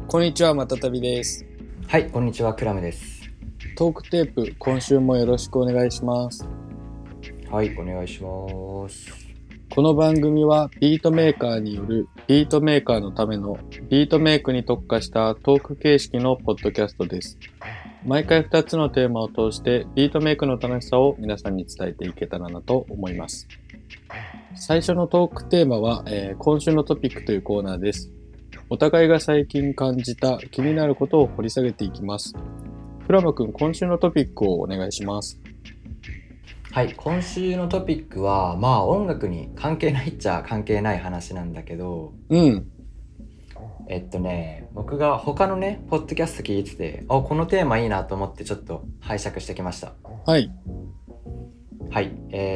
こんにちは、またたびです。 はい、こんにちは、クラムです。 トークテープ、今週もよろしくお願いします。 はい、お願いします。 この番組はビートメーカーによるビートメーカーのためのビートメイクに特化したトーク形式のポッドキャストです。毎回2つのテーマを通してビートメイクの楽しさを皆さんに伝えていけたらなと思います。最初のトークテーマは、今週のトピックというコーナーです。お互いが最近感じた気になることを掘り下げていきます。クラム君、今週のトピックをお願いします。 はい、今週のトピックは、音楽に関係ないっちゃ関係ない話なんだけど、僕が他のね、ポッドキャスト聞いてて、このテーマいいなと思ってちょっと拝借してきました。 はい。 はい、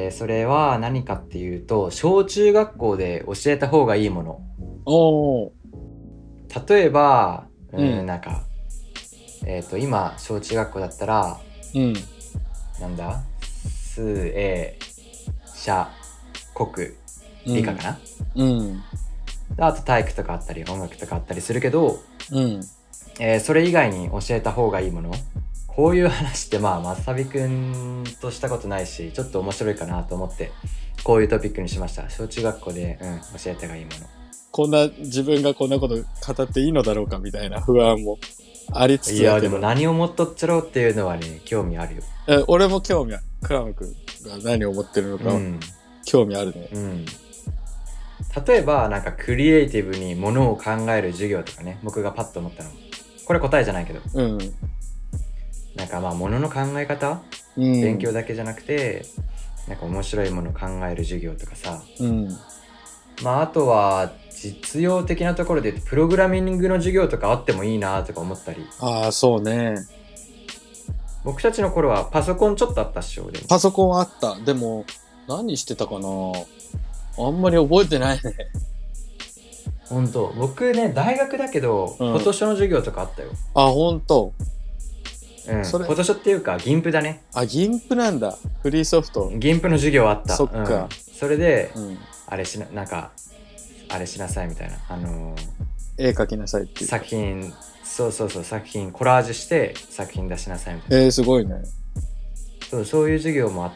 それは何かっていうと、小中学校で教えた方がいいもの。 おー。 例えば、 うん今、小中学校だったら、 うんなんだ数、英、社、国、理科かな、 うんあと体育とかあったり音楽とかあったりするけど、 うんそれ以外に教えた方がいいもの、こういう話ってまさびくんとしたことないし、ちょっと面白いかなと思ってこういうトピックにしました。小中学校で、教えた方がいいもの。 こんな自分がこんなこと語っていいのだろうかみたいな不安もありつついやでも何をもっとっちゃろうっていうのはね、興味あるよ。 俺も興味ある。クラム君が何を思ってるのか、興味あるね。 例えばなんかクリエイティブにものを考える授業とかね、僕がパッと思ったの、これ答えじゃないけど、なんかものの考え方、勉強だけじゃなくてなんか面白いものを考える授業とかさ、あとは実用的なところでプログラミングの授業とかあってもいいなとか思ったり。 ああ、そうね。 僕たちの頃はパソコンちょっとあったっしょ。でもパソコンあった。でも何してたかな、あんまり覚えてないね。 ほんと僕ね、大学だけど、フォトショーの授業とかあったよ。 あ、ほんと。 フォトショーっていうかギンプだね。 あ、ギンプなんだ。フリーソフト。 ギンプの授業あった。 そっか。 それで、あれしなさいみたいな、 絵描きなさいっていう作品、そう作品コラージュして作品出しなさいみたいな。 すごいね。 そういう授業もあった。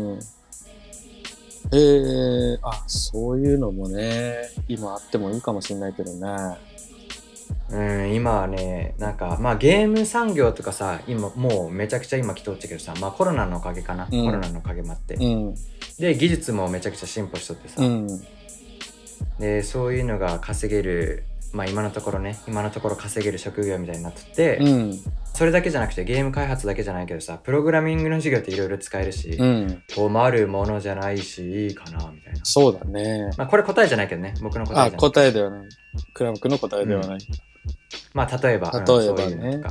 そういうのもね、今あってもいいかもしれないけどね。 今はね、なんかゲーム産業とかさ、今もうめちゃくちゃ今来とっちゃけどさ、コロナのおかげかな、コロナのおかげもあって、で技術もめちゃくちゃ進歩しとってさ、でそういうのが稼げる、今のところ稼げる職業みたいになっとって、それだけじゃなくてゲーム開発だけじゃないけどさ、プログラミングの授業っていろいろ使えるし、困るものじゃないしいいかなみたいな。 そうだね。 これ答えじゃないけどね、僕の答えじゃない。 答えではない。クラム君の答えではない。 例えばね。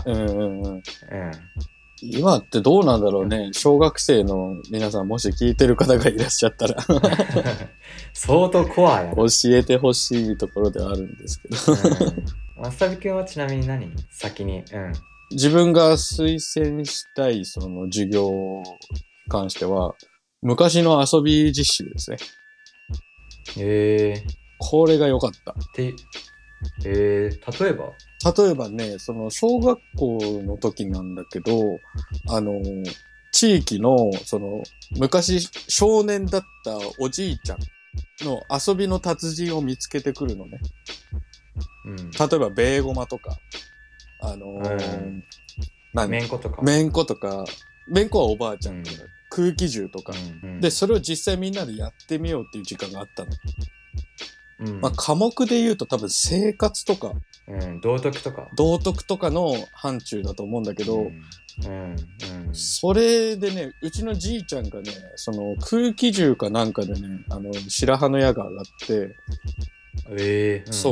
今ってどうなんだろうね。小学生の皆さん、もし聞いてる方がいらっしゃったら相当コアやな。 教えてほしいところではあるんですけどまさびくんはちなみに何先に、 自分が推薦したいその授業に関しては、昔の遊び実習ですね。これが良かった。 例えばね、その小学校の時なんだけど、地域の、昔少年だったおじいちゃんの遊びの達人を見つけてくるのね。例えば、ベーゴマとか、 めんことか。 めんことか、めんこはおばあちゃんとか、空気銃とか、で、それを実際みんなでやってみようっていう時間があったの。科目で言うと多分生活とか、 道徳とかの範疇だと思うんだけど、それでね、うちのじいちゃんがね、その空気銃かなんかでね、白羽の矢が上がって、そう、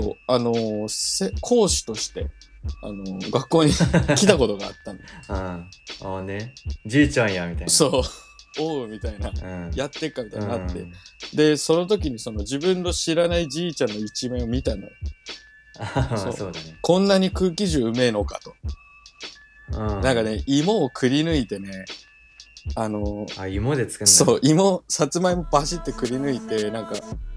講師として、学校に来たことがあったの。 じいちゃんや、みたいな。 そう。おうみたいな、やってっかみたいになって、でその時にその自分の知らないじいちゃんの一面を見たのよ。 そうだね。 こんなに空気銃うめえのかと。なんかね、芋をくり抜いてね、 芋で作るんだ。 そう、さつまいもバシってくり抜いて、なんか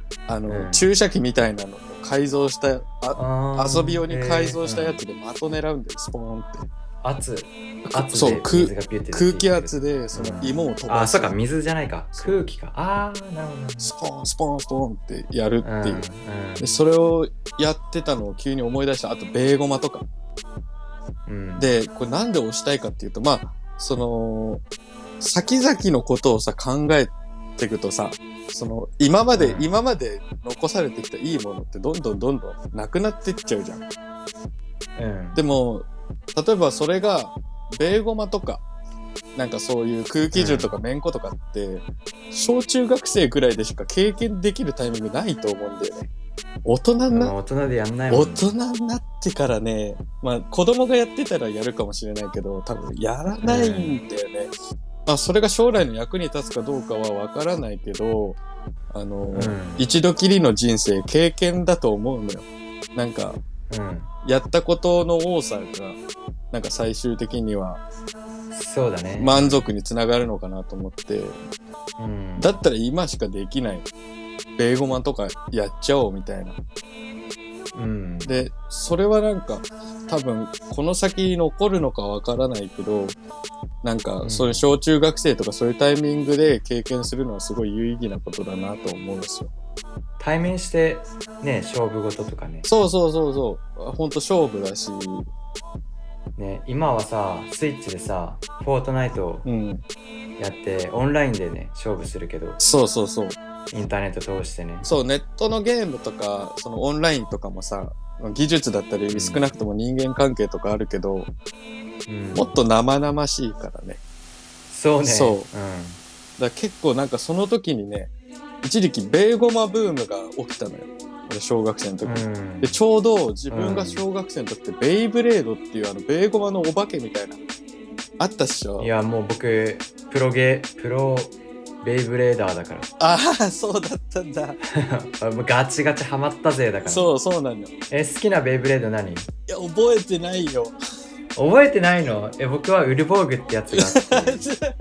注射器みたいなのを改造した遊び用に改造したやつで的狙うんだよ、スポーンって。 そう、 空気圧でその芋を飛ばす。 そうか、水じゃないか、空気か。なるほど。 スポーンスポーンスポーンってやるっていう、でそれをやってたのを急に思い出した。あとベーゴマとか、でこれなんで押したいかっていうと、まあその先々のことをさ考えていくとさ、その今まで残されてきたいいものってどんどんなくなっていっちゃうじゃん。でも例えばそれがベーゴマとかなんかそういう空気銃とかめんことかって、小中学生くらいでしか経験できるタイミングないと思うんだよね。大人でやんないもんね。 大人になってからね、まあ子供がやってたらやるかもしれないけど、多分やらないんだよね。まあそれが将来の役に立つかどうかはわからないけど、一度きりの人生経験だと思うのよ。なんか、やったことの多さがなんか最終的にはそうだね、 満足につながるのかなと思って、だったら今しかできないベーゴマとかやっちゃおうみたいな、でそれはなんか多分この先残るのかわからないけど、なんかそういう小中学生とかそういうタイミングで経験するのはすごい有意義なことだなと思うんですよ。 対面してね、勝負事とかね。 そうほんと勝負だしね、今はさスイッチでさフォートナイトやって、オンラインでね勝負するけど、 そうインターネット通してね。 そう、ネットのゲームとかそのオンラインとかもさ、技術だったり少なくとも人間関係とかあるけど、もっと生々しいからね。 そうね。 だから結構なんかその時にね、一時期ベーゴマブームが起きたのよ。俺小学生の時、でちょうど自分が小学生の時ってベイブレードっていうベーゴマのお化けみたいなあったっしょ。 いやもう僕プロベイブレーダーだから。 ああ、そうだったんだ。 ガチガチハマったぜだから。 そうなのよ。 好きなベイブレード何？いや覚えてないよ。 覚えてないの？僕はウルボーグってやつがあって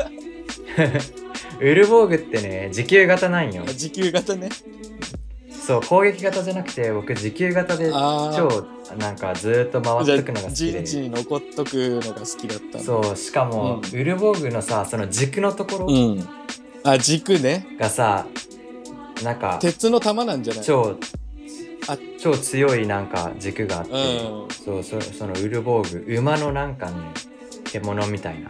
ウルボーグってね、持久型なんよ。 持久型ね。 そう、攻撃型じゃなくて僕持久型で超なんかずーっと回っとくのが好きで、 陣地に残っとくのが好きだった。 そう、しかも、ウルボーグのさ、その軸のところ、 軸ねがさ、なんか鉄の玉なんじゃない？ 超強いなんか軸があって、そのウルボーグ、馬のなんかね獣みたいな、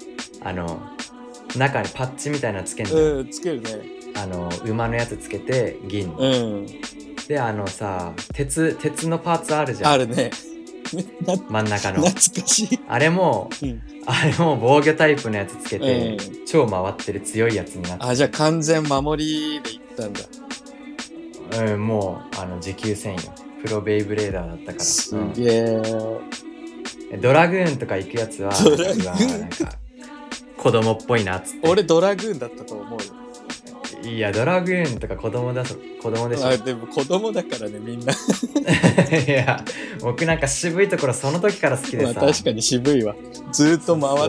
中にパッチみたいなのつけるの、 つけるね。 馬のやつつけて銀の、でさ、鉄のパーツあるじゃん。 あるね。 真ん中の懐かしい。 あれも防御タイプのやつつけて、超回ってる強いやつになって。 じゃあ完全守りでいったんだ。 もう持久戦よ。プロベイブレーダーだったから。 すげえ。ドラグーンとか行くやつはなんか子供っぽいなっつって。 俺ドラグーンだったと思うよ。 いや、ドラグーンとか子供でしょ。 でも子供だからね、みんな。 いや、僕なんか渋いところその時から好きでさ。 確かに渋いわ。ずっと回って。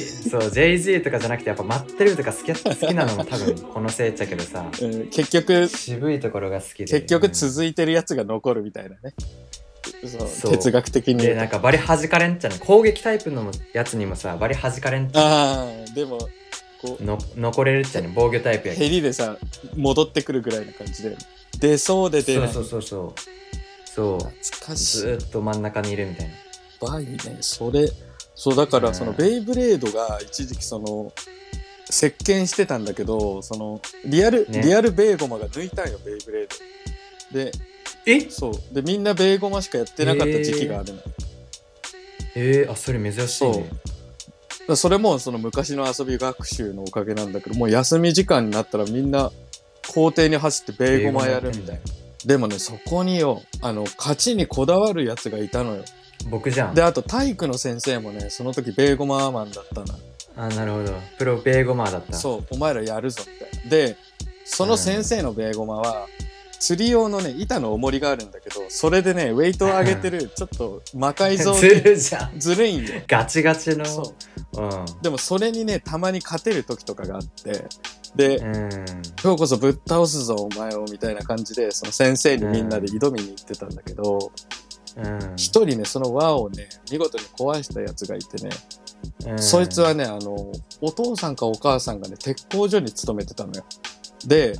Jay-Z とかじゃなくてやっぱ待ってるとか好きなのも多分このせいっちゃけどさ、 結局渋いところが好きで、 結局続いてるやつが残るみたいなね。そう哲学的に。 でなんかバリ弾かれんちゃうの、攻撃タイプのやつにもさバリ弾かれんちゃう。 でも残れるっちゃね、防御タイプやけど。 ヘリでさ戻ってくるぐらいな感じで出そうで出ない。 そう懐かしい。ずっと真ん中にいるみたいな。 バイね。そうだからそのベイブレードが一時期その席巻してたんだけど、そのリアルベーゴマが抜いたんよ、ベイブレードで。そうでみんなベーゴマしかやってなかった時期があるの。 それ珍しいね。 それもその昔の遊び学習のおかげなんだけど、もう休み時間になったらみんな校庭に走ってベーゴマやるみたいな。でもね、そこによ勝ちにこだわるやつがいたのよ。 僕じゃん。 であと体育の先生もね、その時ベーゴマーマンだったな。 なるほど。プロベーゴマーだった。 そう、お前らやるぞみたいな。でその先生のベーゴマは釣り用のね板の重りがあるんだけど、それでねウェイトを上げてるちょっと魔改造ずるじゃん。 ずるいんよ。 ガチガチの。 でもそれにねたまに勝てる時とかがあって、 で、今日こそぶっ倒すぞお前をみたいな感じでその先生にみんなで挑みに行ってたんだけど、一人ねその輪をね見事に壊したやつがいてね、そいつはねお父さんかお母さんがね鉄工所に勤めてたのよ。で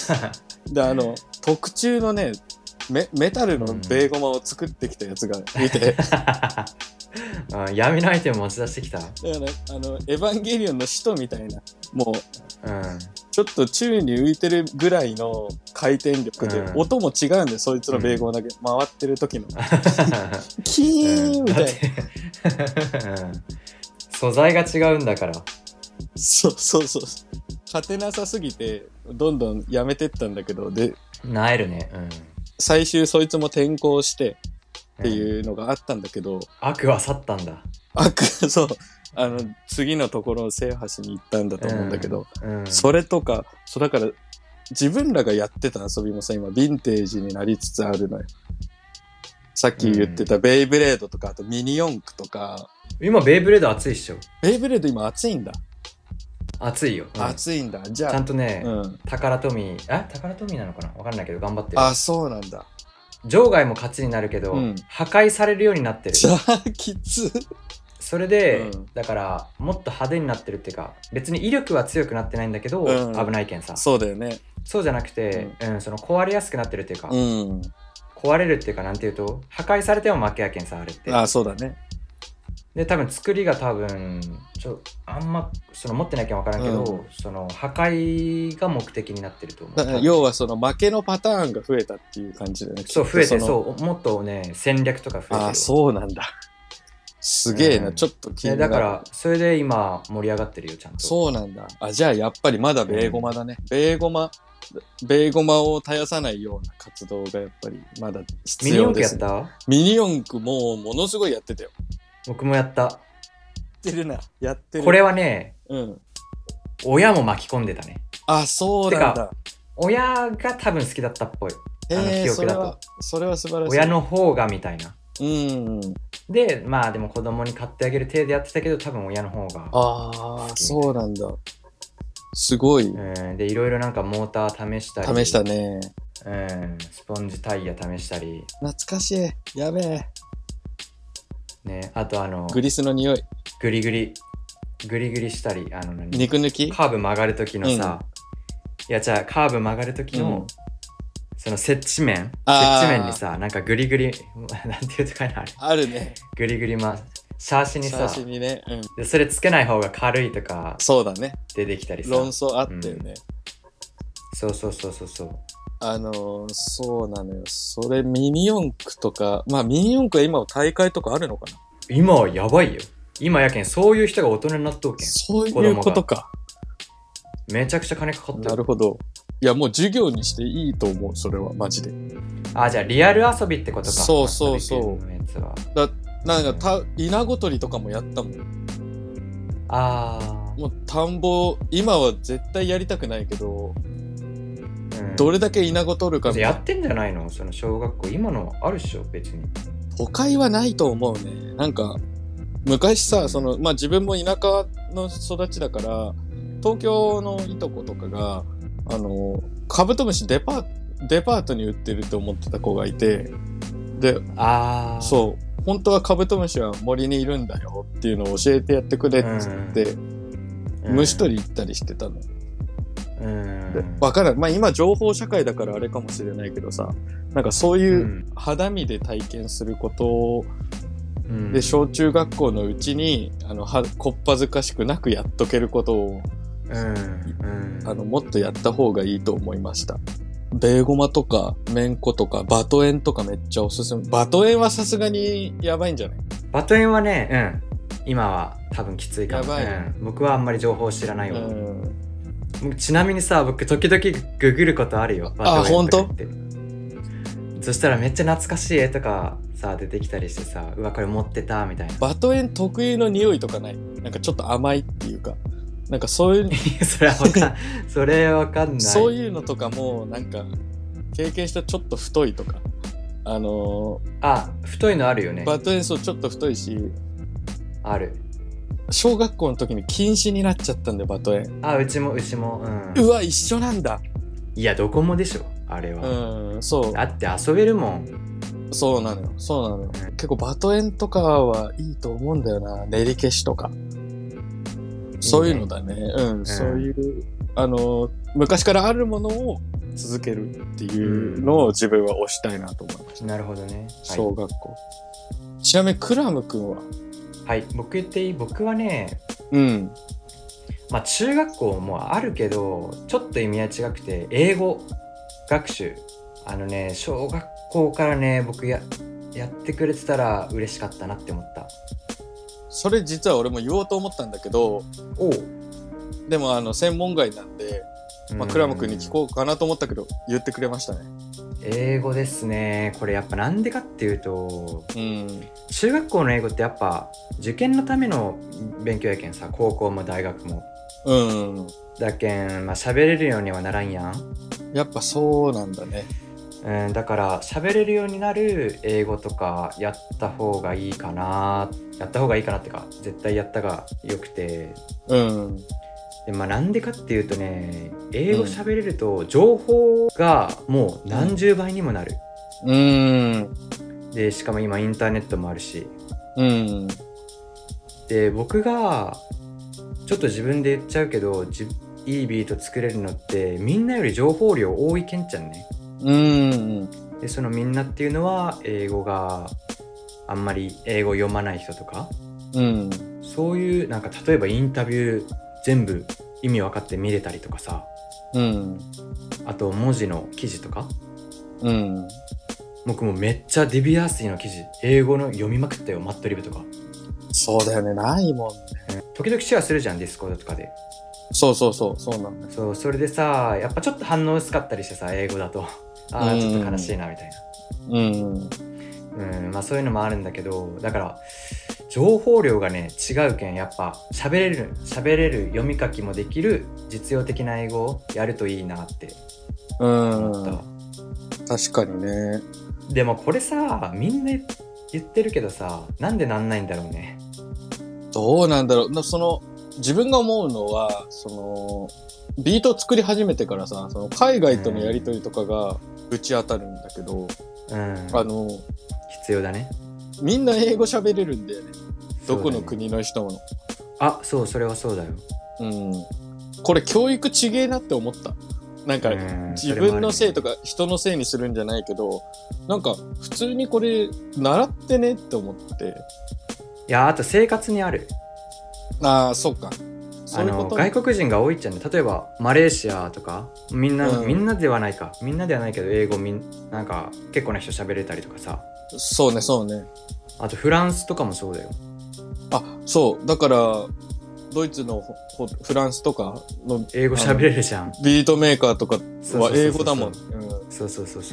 特注のねメタルのベーゴマを作ってきたやつがいて、 闇のアイテム持ち出してきた。だからねエヴァンゲリオンの使徒みたいなもう、ちょっと宙に浮いてるぐらいの回転力で、音も違うんだよそいつのベーゴマだけ、回ってる時のキーンみたいな素材が違うんだから。 そう勝てなさすぎてどんどんやめてったんだけど、でなえるね、 最終そいつも転校してっていうのがあったんだけど、 悪は去ったんだ。 そう次のところを制覇しに行ったんだと思うんだけど、それとかだから自分らがやってた遊びもさ今ヴィンテージになりつつあるのよ。さっき言ってたベイブレードとかあとミニ四駆とか。 今ベイブレード熱いっしょ。 ベイブレード今熱いんだ。 熱いよ、 熱いんだ。じゃあちゃんとね、タカラトミーなのかな分かんないけど頑張ってる。 そうなんだ。 場外も勝ちになるけど、破壊されるようになってる。 じゃあきつ。それで、だからもっと派手になってるっていうか別に威力は強くなってないんだけど、危ないけんさ。 そうだよね。 そうじゃなくて、その壊れやすくなってるっていうか、壊れるっていうかなんていうと破壊されても負けやけんさあれって。 そうだね。 で多分作りがあんまその持ってなきゃ分からんけど、その破壊が目的になってると思う。 要はその負けのパターンが増えたっていう感じだよね。 そう増えて、そうもっとね戦略とか増えてる。 そうなんだ。すげえな、ちょっと気になる。 だからそれで今盛り上がってるよちゃんと。 そうなんだ。じゃあやっぱりまだベーゴマだね。ベーゴマを絶やさないような活動がやっぱりまだ必要です、ね。ミニ四駆もものすごいやってたよ。 僕もやった。 やってる。 これはね、親も巻き込んでたね。 そうなんだ。 親が多分好きだったっぽい。記憶だと。 それは素晴らしい。 親の方がみたいな。で、でも子供に買ってあげる程度やってたけど、多分親の方が。 そうなんだ。すごい。 で、いろいろなんかモーター試したり。 試したね。 スポンジタイヤ試したり。 懐かしい。やべえ。 ね、あとグリスの匂い。 グリグリしたり、 肉抜きカーブ曲がる時のさ、いやじゃあカーブ曲がる時の、その接地面にさ、なんかグリグリなんていうとかなあるね。 グリグリシャーシにさ、 ね、 でそれつけない方が軽いとか、 そうだね。 出てきたりさ、 論争あったよね。 そう。 そうなのよ。それミニ四駆とか、ミニ四駆は今大会とかあるのかな。 今はやばいよ。今やけんそういう人が大人になっとうけん。 そういうことか。 めちゃくちゃ金かかってる。 なるほど。いやもう授業にしていいと思う。それはマジで。 じゃあリアル遊びってことか。 そう。なんか稲子取りとかもやったもん。もう田んぼ今は絶対やりたくないけど、どれだけ稲子取るかやってんじゃないの？その小学校今のあるっしょ別に。 都会はないと思うね。なんか昔さ、自分も田舎の育ちだから東京のいとことかがカブトムシデパートに売ってると思ってた子がいて、でそう本当はカブトムシは森にいるんだよっていうのを教えてやってくれっつって、虫取り行ったりしてたの。わからん。今情報社会だからあれかもしれないけどさ、なんかそういう肌身で体験することで、小中学校のうちにこっぱずかしくなくやっとけることを、もっとやった方がいいと思いました。ベーゴマとかメンコとかバトエンとかめっちゃおすすめ。バトエンはさすがにやばいんじゃない？ バトエンはね、今は多分きついかも。僕はあんまり情報知らないよ。ちなみにさ、僕時々ググることあるよ。 本当？ そしたらめっちゃ懐かしい絵とかさ出てきたりしてさ、うわこれ持ってたみたいな。 バトエン特有の匂いとかない？なんかちょっと甘いっていうか、なんかそういうそれわかんない。 そういうのとかもなんか経験したちょっと太いとか、 太いのあるよね。 バトエンちょっと太いし、 ある。 小学校の時に禁止になっちゃったんだよ、バトエン。 あ、うちも、 うわ、一緒なんだ。 いや、どこもでしょ、あれは。 そう。 だって遊べるもん。 そうなのよ。結構バトエンとかはいいと思うんだよな。練り消しとか。そういうのだね。そういう、昔からあるものを続けるっていうのを自分は推したいなと思いました。 なるほどね。 小学校。ちなみにクラム君は？ はい、僕言っていい？僕はね、まあ中学校もあるけど、ちょっと意味合い違くて、英語学習。小学校からね、僕やってくれてたら嬉しかったなって思った。 それ実は俺も言おうと思ったんだけど、でも専門外なんで、クラム君に聞こうかなと思ったけど、言ってくれましたね。 英語ですね。これやっぱなんでかっていうと、中学校の英語ってやっぱ受験のための勉強やけんさ、高校も大学も。だけん、喋れるようにはならんやん。 やっぱそうなんだね。 だから喋れるようになる英語とかやった方がいいかなってか、絶対やったがよくて。で、なんでかっていうとね、英語喋れると情報がもう何十倍にもなる。で、しかも今インターネットもあるし。で、僕がちょっと自分で言っちゃうけど、いいビート作れるのってみんなより情報量多いけんちゃんね。で、そのみんなっていうのは英語があんまり英語読まない人とか、そういうなんか例えばインタビュー全部意味分かって見れたりとかさ、あと文字の記事とか、僕もめっちゃディビアーシーの記事英語の読みまくったよ、マットリブとか。 そうだよね、ないもんね。 時々シェアするじゃん、ディスコードとかで。そうなんだ。 そう、それでさ、やっぱちょっと反応薄かったりしてさ、英語だとちょっと悲しいなみたいな。そういうのもあるんだけど、だから情報量がね違うけん、やっぱ喋れる読み書きもできる実用的な英語をやるといいなって思った。 確かにね。 でもこれさ、みんな言ってるけどさ、なんでなんないんだろうね。 どうなんだろう。自分が思うのは、ビートを作り始めてからさ、海外とのやりとりとかがぶち当たるんだけど、 必要だね。 みんな英語喋れるんだよね。どこの国の人も。 そう、それはそうだよ。 これ教育ちげえなって思った。なんか自分のせいとか人のせいにするんじゃないけど、なんか普通にこれ習ってねって思って。 いや、あと生活にある。 そうか。そういうこと。 外国人が多いっちゃね。例えばマレーシアとか、みんなではないか。みんなではないけど英語なんか結構な人喋れたりとかさ。 そうね。 あとフランスとかもそうだよ。 そうだからドイツのフランスとかの英語喋れるじゃん。 ビートメーカーとかは英語だもん。 そう。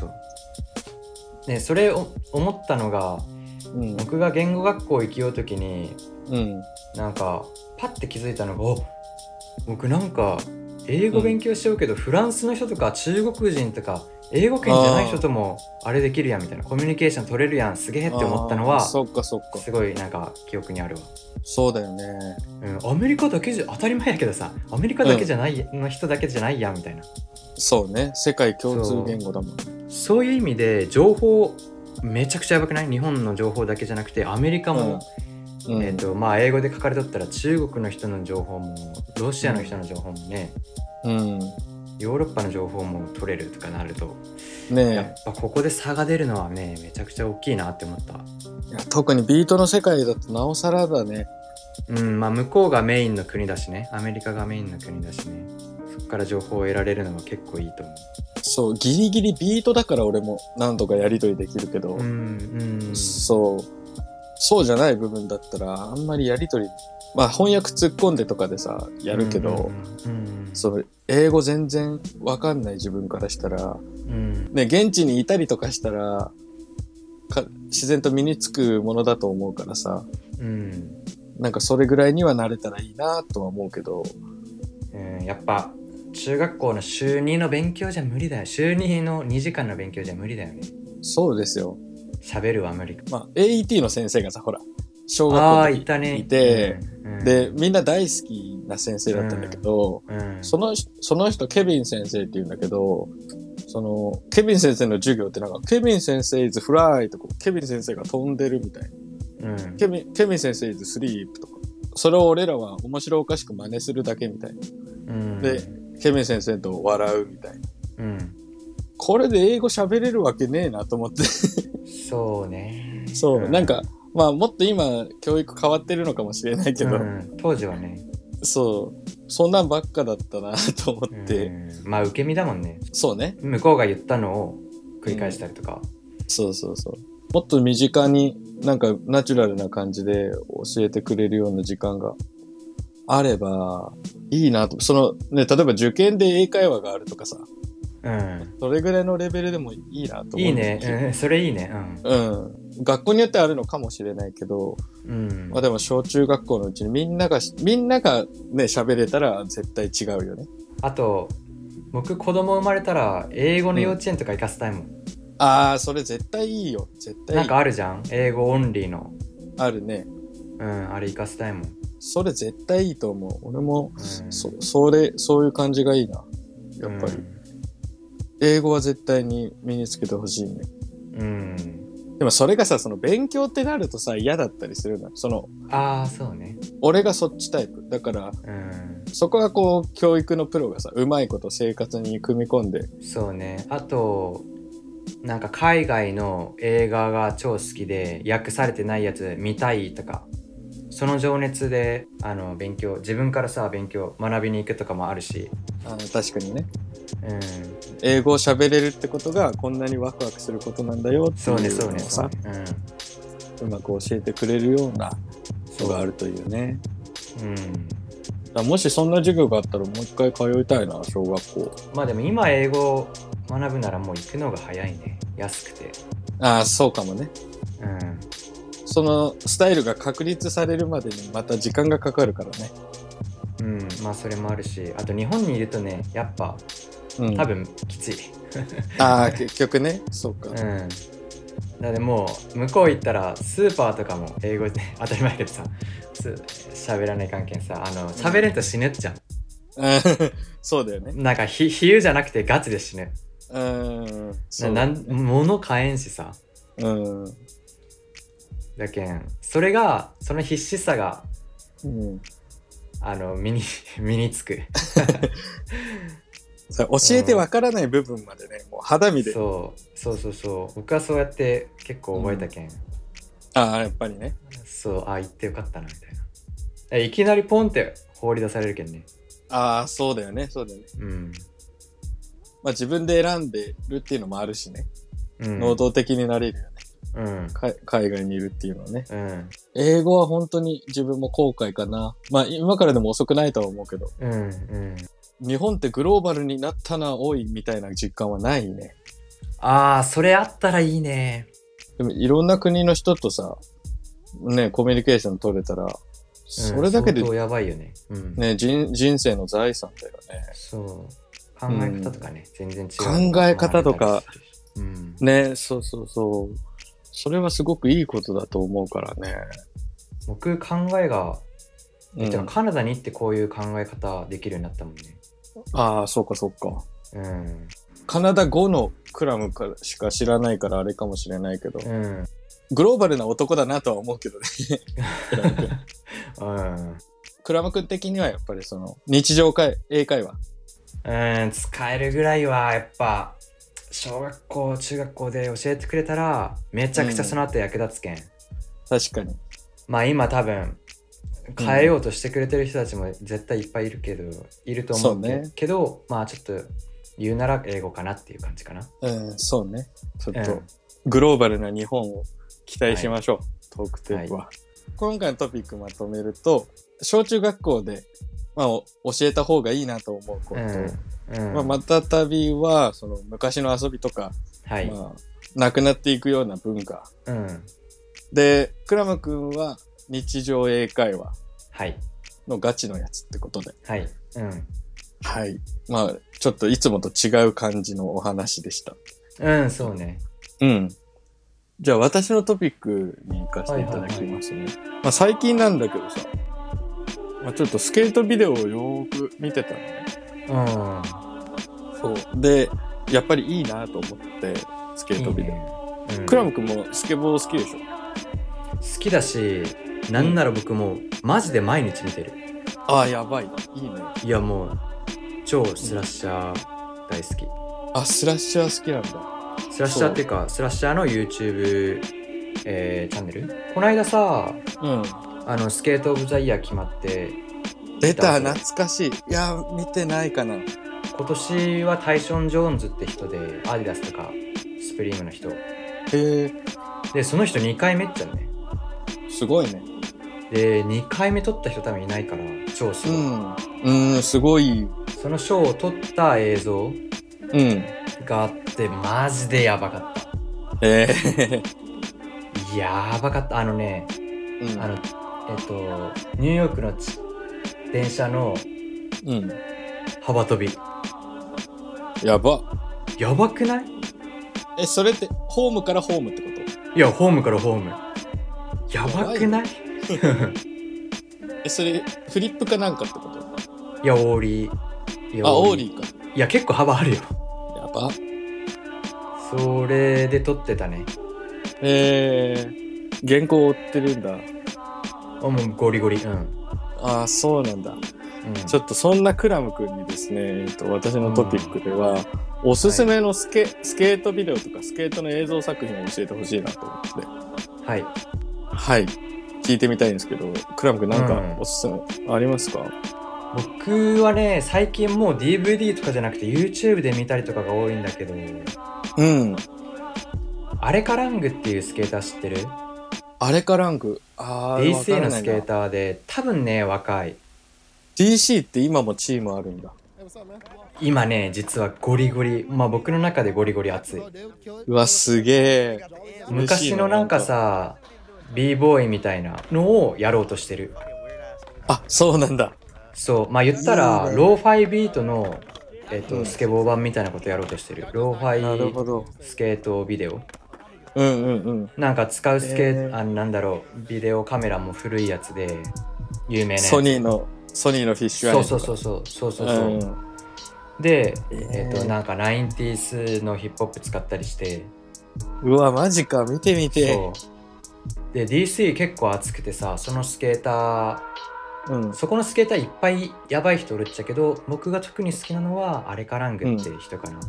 ね、それを思ったのが、僕が言語学校行きようときに、なんかパッて気づいたのが、僕なんか英語勉強しようけど、フランスの人とか中国人とか英語圏じゃない人ともあれできるやんみたいな、コミュニケーション取れるやん、すげえって思ったのは、 そっかすごいなんか記憶にあるわ。 そうだよね。 アメリカだけじゃ当たり前やけどさ、アメリカだけじゃない、の人だけじゃないやんみたいな。 そうね、世界共通言語だもん。 そういう意味で情報めちゃくちゃやばくない？日本の情報だけじゃなくてアメリカも、英語で書かれとったら中国の人の情報もロシアの人の情報もね、ヨーロッパの情報も取れるとかなるとね、やっぱここで差が出るのはね、めちゃくちゃ大きいなって思った。いや、特にビートの世界だとなおさらだね。 向こうがメインの国だしね、アメリカがメインの国だしね、そこから情報を得られるのは結構いいと思う。 そう、ギリギリビートだから俺も何とかやり取りできるけど、そうじゃない部分だったらあんまりやり取り、翻訳突っ込んでとかでさやるけど、英語全然わかんない自分からしたら、ね、現地にいたりとかしたら自然と身につくものだと思うからさ、なんかそれぐらいにはなれたらいいなとは思うけど、 やっぱ中学校の週2の勉強じゃ無理だよ。週2の2時間の勉強じゃ無理だよね。 そうですよ。 喋るは無理。 AET の先生がさ、ほら小学校の時いたね。 いて、で、みんな大好きな先生だったんだけど、その人、ケビン先生って言うんだけど、ケビン先生の授業ってなんか、ケビン先生 is fly とか、ケビン先生が飛んでるみたいな。ケビン先生 is sleep とか、それを俺らは面白おかしく真似するだけみたいな。で、ケビン先生と笑うみたいな。これで英語喋れるわけねえなと思って。 そうね。 そう、なんか、まあもっと今教育変わってるのかもしれないけど、 当時はね、 そんなんばっかだったなと思って、 まあ受け身だもんね。 そうね。 向こうが言ったのを繰り返したりとか、 そう。もっと身近になんかナチュラルな感じで教えてくれるような時間があればいいなと。ね、例えば受験で英会話があるとかさ、それぐらいのレベルでもいいなと思う。 いいね、それいいね。 学校によってあるのかもしれないけど、まあでも小中学校のうちにみんながね、喋れたら絶対違うよね。 あと、僕子供生まれたら英語の幼稚園とか行かせたいもん。 それ絶対いいよ。絶対いい。 なんかあるじゃん、英語オンリーの。 あるね。 あれ行かせたいもん。 それ絶対いいと思う。俺も、そういう感じがいいな。やっぱり。英語は絶対に身につけてほしいね。でもそれがさ、勉強ってなるとさ、嫌だったりするの。 そうね。 俺がそっちタイプ。だから、そこはこう、教育のプロがさ、うまいこと生活に組み込んで。 そうね。あと、なんか海外の映画が超好きで、訳されてないやつ見たいとか、その情熱で、自分からさ、学びに行くとかもあるし。 確かにね。英語を喋れるってことがこんなにワクワクすることなんだよっていうのをさ、うまく教えてくれるようなのがあるというね。もしそんな授業があったらもう一回通いたいな、小学校。 まあでも今英語学ぶならもう行くのが早いね。安くて。 そうかもね。そのスタイルが確立されるまでにまた時間がかかるからね。 まあそれもあるし、あと日本にいるとね、やっぱ多分きつい。 結局ね。そうか。 だってもう向こう行ったらスーパーとかも英語で当たり前だけどさ、喋らない関係さ、喋れんと死ぬじゃん。 そうだよね。 なんか比喩じゃなくてガチで死ぬ。物買えんしさ。だけんその必死さが、身につく。 教えてわからない部分までね、もう肌身で。 そう僕はそうやって結構覚えたけん。 やっぱりね。 言ってよかったなみたいな。いきなりポンって放り出されるけんね。 そうだよね。まあ自分で選んでるっていうのもあるしね。能動的になれるよね。海外にいるっていうのはね。英語は本当に自分も後悔かな。まあ今からでも遅くないとは思うけど。日本ってグローバルになったな、多いみたいな実感はないね。 それあったらいいね。 でもいろんな国の人とさ、ね、コミュニケーション取れたら、それだけで、 相当やばいよね。 ね、人生の財産だよね。 考え方とかね、全然違う。 考え方とか、ね、そう。それはすごくいいことだと思うからね。 僕考えが、カナダに行ってこういう考え方できるようになったもんね。 そうか。カナダ語のクラムしか知らないからあれかもしれないけど、グローバルな男だなとは思うけどね。クラム君的にはやっぱり日常英会話。 使えるぐらいはやっぱ小学校中学校で教えてくれたらめちゃくちゃその後役立つけん。 確かに。 まあ今多分変えようとしてくれてる人たちも絶対いっぱいいると思うけど、まあちょっと言うなら英語かなっていう感じかな。 そうね。ちょっとグローバルな日本を期待しましょう。トークテープは。今回のトピックまとめると、小中学校で、教えた方がいいなと思うこと、またたびは昔の遊びとか、なくなっていくような文化、でクラム君は日常英会話のガチのやつってことで、まあちょっといつもと違う感じのお話でした。 そうね。 じゃあ私のトピックに行かせていただきますね。まあ最近なんだけどさ、まあ、ちょっとスケートビデオをよーく見てたのね。そう。で、やっぱりいいなと思って、スケートビデオ。いいね。クラム君もスケボー好きでしょ？ 好きだし、なんなら僕もマジで毎日見てる。 ああ、やばい。いいね。 いやもう、超スラッシャー大好き。 あ、スラッシャー好きなんだ。 スラッシャーっていうか、スラッシャーの YouTube、チャンネル？この間さ、スケートオブザイヤー決まって、 出た、懐かしい。いや、見てないかな。 今年はタイション・ジョーンズって人で、アディダスとか、スプリームの人。で、その人2回目っちゃうね。 すごいね。 で、2回目取った人多分いないから、超すごい。 すごい。 その賞を取った映像があって、マジでやばかった。やばかった。ニューヨークの電車の幅跳び。 やば。 やばくない？ それってホームからホームってこと？ いや、ホームからホーム。やばくない？ それフリップかなんかってこと？ いや、オーリー。 オーリーか。 いや、結構幅あるよ。 やば。 それで撮ってたね。 原稿を追ってるんだ。 もうゴリゴリ。 ああ、そうなんだ。ちょっとそんなクラム君にですね、私のトピックでは、おすすめのスケートビデオとかスケートの映像作品を教えてほしいなと思って。はい。聞いてみたいんですけど、クラム君なんかおすすめありますか？ 僕はね、最近もう DVD とかじゃなくて YouTube で見たりとかが多いんだけど、アレカラングっていうスケーター知ってる？ アレカラング。 DC のスケーターで、多分ね、若い。 DC って今もチームあるんだ。 今ね、実はゴリゴリ、僕の中でゴリゴリ熱い。 うわ、すげえ。 昔のなんかさ、b ボーイみたいなのをやろうとしてる。 あ、そうなんだ。 そう、言ったら、ローファイビートの、スケボー版みたいなことやろうとしてる。ローファイスケートビデオ。なんか使うビデオカメラも古いやつで、有名なやつ。 ソニーのフィッシュアイとか。 そう。で、なんか 90s のヒップホップ使ったりして。 うわ、マジか、見てみて。 そう。で、DC 結構熱くてさ、そのスケーター、そこのスケーターいっぱいやばい人おるっちゃけど、僕が特に好きなのはアレカラングって人かな。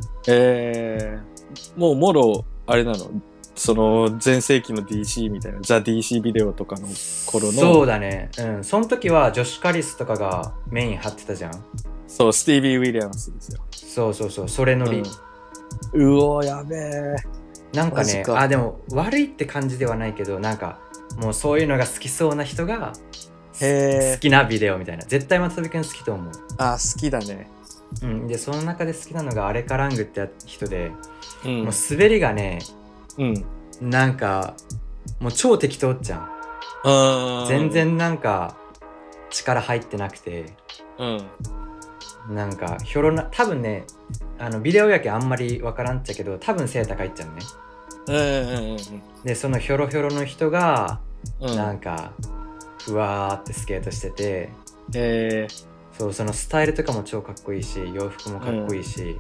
もうもろ、あれなの？その前世紀の DC みたいな、ザ・ DC ビデオとかの頃の。 そうだね。その時はジョシュ・カリスとかがメイン張ってたじゃん。 そう、スティービー・ウィリアムスですよ。 そう、それのり。 うお、やべえ。 なんかね、でも悪いって感じではないけど、なんかもうそういうのが好きそうな人が好きなビデオみたいな。絶対松飛くん好きと思う。 好きだね。 で、その中で好きなのがアレカラングって人で、もう滑りがね、なんかもう超適当っちゃん。全然なんか力入ってなくて、なんか多分ね、ビデオやけあんまりわからんっちゃけど、多分背高いっちゃうね。で、そのヒョロヒョロの人が、なんかふわーってスケートしてて、そう、そのスタイルとかも超かっこいいし、洋服もかっこいいし、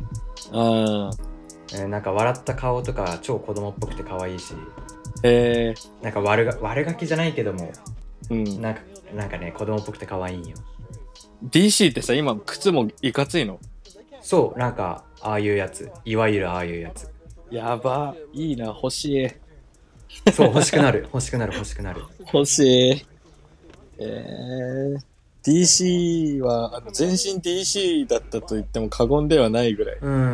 なんか笑った顔とか超子供っぽくて可愛いし、なんか悪ガキじゃないけども、なんかね、子供っぽくて可愛いんよ。 DC ってさ、今靴もいかついの？ そう、なんかああいうやつ、いわゆるああいうやつ。 やば、いいな、欲しい。 そう、欲しくなる。欲しい。DC は全身 DC だったと言っても過言ではないぐらい。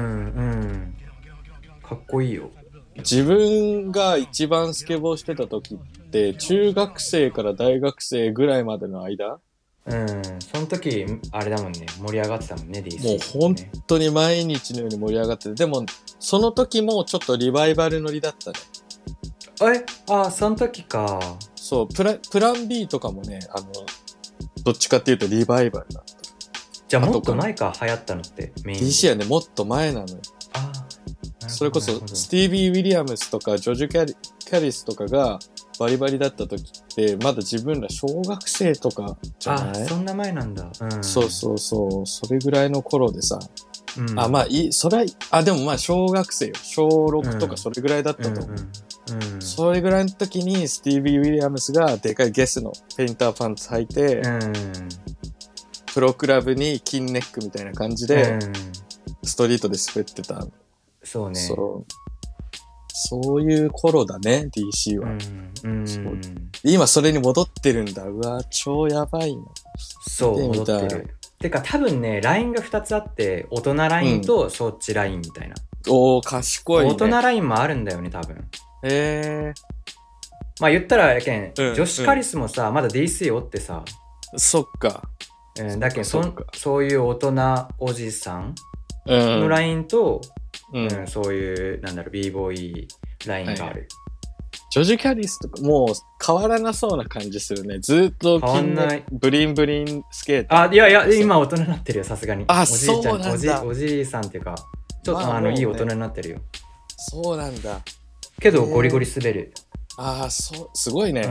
かっこいいよ。 自分が一番スケボーしてた時って中学生から大学生ぐらいまでの間。 その時あれだもんね、盛り上がってたもんね、DC ね。 もう本当に毎日のように盛り上がってて、でもその時もちょっとリバイバル乗りだったね。 その時か。 そう、プラン B とかもね、どっちかっていうとリバイバルだった。 じゃあもっと前か、流行ったのって。 DC はね、もっと前なのよ。 それこそスティービー・ウィリアムスとかジョジュ・キャリスとかがバリバリだった時ってまだ自分ら小学生とかじゃない？ そんな前なんだ、 そうそれぐらいの頃でさ、まあそれはでもまあ小学生よ、小6とかそれぐらいだったと思う、それぐらいの時にスティービー・ウィリアムスがでかいゲスのペインターパンツ履いて、プロクラブに金ネックみたいな感じで、ストリートで滑ってた。 そうね。 そういう頃だね、DC は。今それに戻ってるんだ。うわ、超やばいな。 そう、戻ってる。てか多分ね、ラインが2つあって、大人ラインとそっちラインみたいな。 おー、賢いね。 大人ラインもあるんだよね、多分。まあ言ったらやけん、女子カリスもさ、まだ DC おってさ。 そっか。 だけどそういう大人おじさんのラインと、そういうなんだろう b ボーイラインがある、 ジョジュ・キャリスとかもう変わらなそうな感じするね。ずっとブリンブリンスケート。 いや今大人になってるよ、さすがに。 そうなんだ。 おじいさんっていうかちょっといい大人になってるよ。 そうなんだけどゴリゴリ滑る。 すごいね。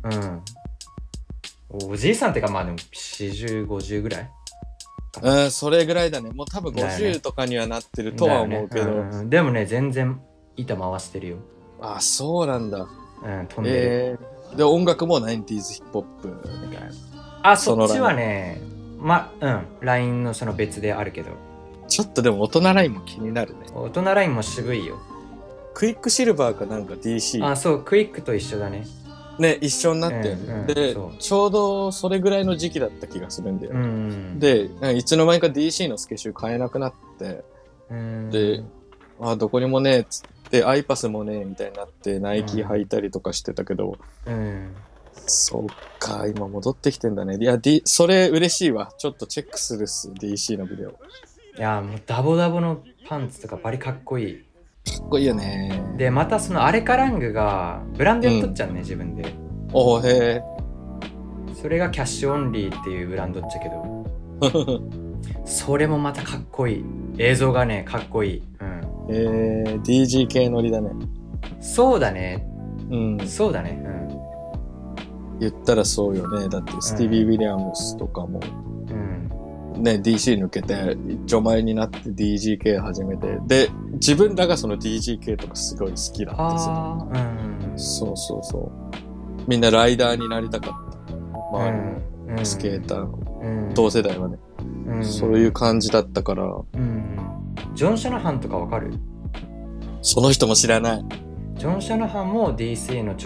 おじいさんってかまあでも40、50ぐらい。 それぐらいだね。もう多分50とかにはなってるとは思うけど、 でもね全然板回してるよ。 そうなんだ。 飛んでる。 で音楽も 90s ヒップホップみたいな。 そっちはねラインのその別であるけど、 ちょっとでも大人ラインも気になるね。 大人ラインも渋いよ。 クイックシルバーかなんか DC。 そうクイックと一緒だね。 一緒になってる、でちょうどそれぐらいの時期だった気がするんだよ、でいつの間にか DC のスケジュール買えなくなって、でどこにもねえっつってアイパスもねえみたいになってナイキ履いたりとかしてたけど、そっか今戻ってきてんだね。いや、それ嬉しいわ。ちょっとチェックするっす DC のビデオ。 いやもうダボダボのパンツとかバリかっこいい。 かっこいいよね。 でまたそのアレカラングがブランドやっとっちゃうね、自分で。 へえ。 それがキャッシュオンリーっていうブランドっちゃけどそれもまたかっこいい。映像がねかっこいい。 DG 系ノリだね。 そうだね。そうだね。 言ったらそうよね。だってスティービー・ウィリアムスとかもね、DC 抜けて一丁前になって DGK 始めて、で自分らがその DGK とかすごい好きだってさ、そうみんなライダーになりたかった周りのスケーターの同世代はね、そういう感じだったから、 ジョン・シャナハンとかわかる？ その人も知らない。 ジョン・シャナハンも DC の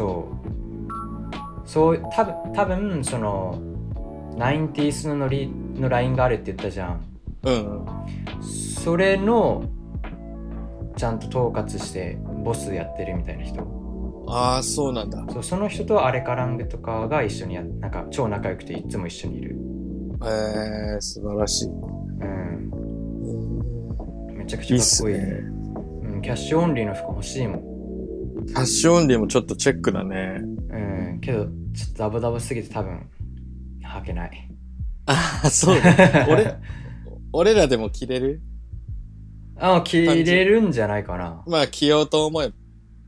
そう多分その 90s のノリのラインがあるって言ったじゃん。それのちゃんと統括してボスやってるみたいな人。 そうなんだ。 その人とアレカラングとかが一緒になんか超仲良くていつも一緒にいる。 素晴らしい。 めちゃくちゃかっこいい。キャッシュオンリーの服欲しいもん。 キャッシュオンリーもちょっとチェックだね。 けどちょっとダボダボすぎて多分履けない。 そうだ。俺らでも着れる？ 着れるんじゃないかな。 まあ着ようと思えば。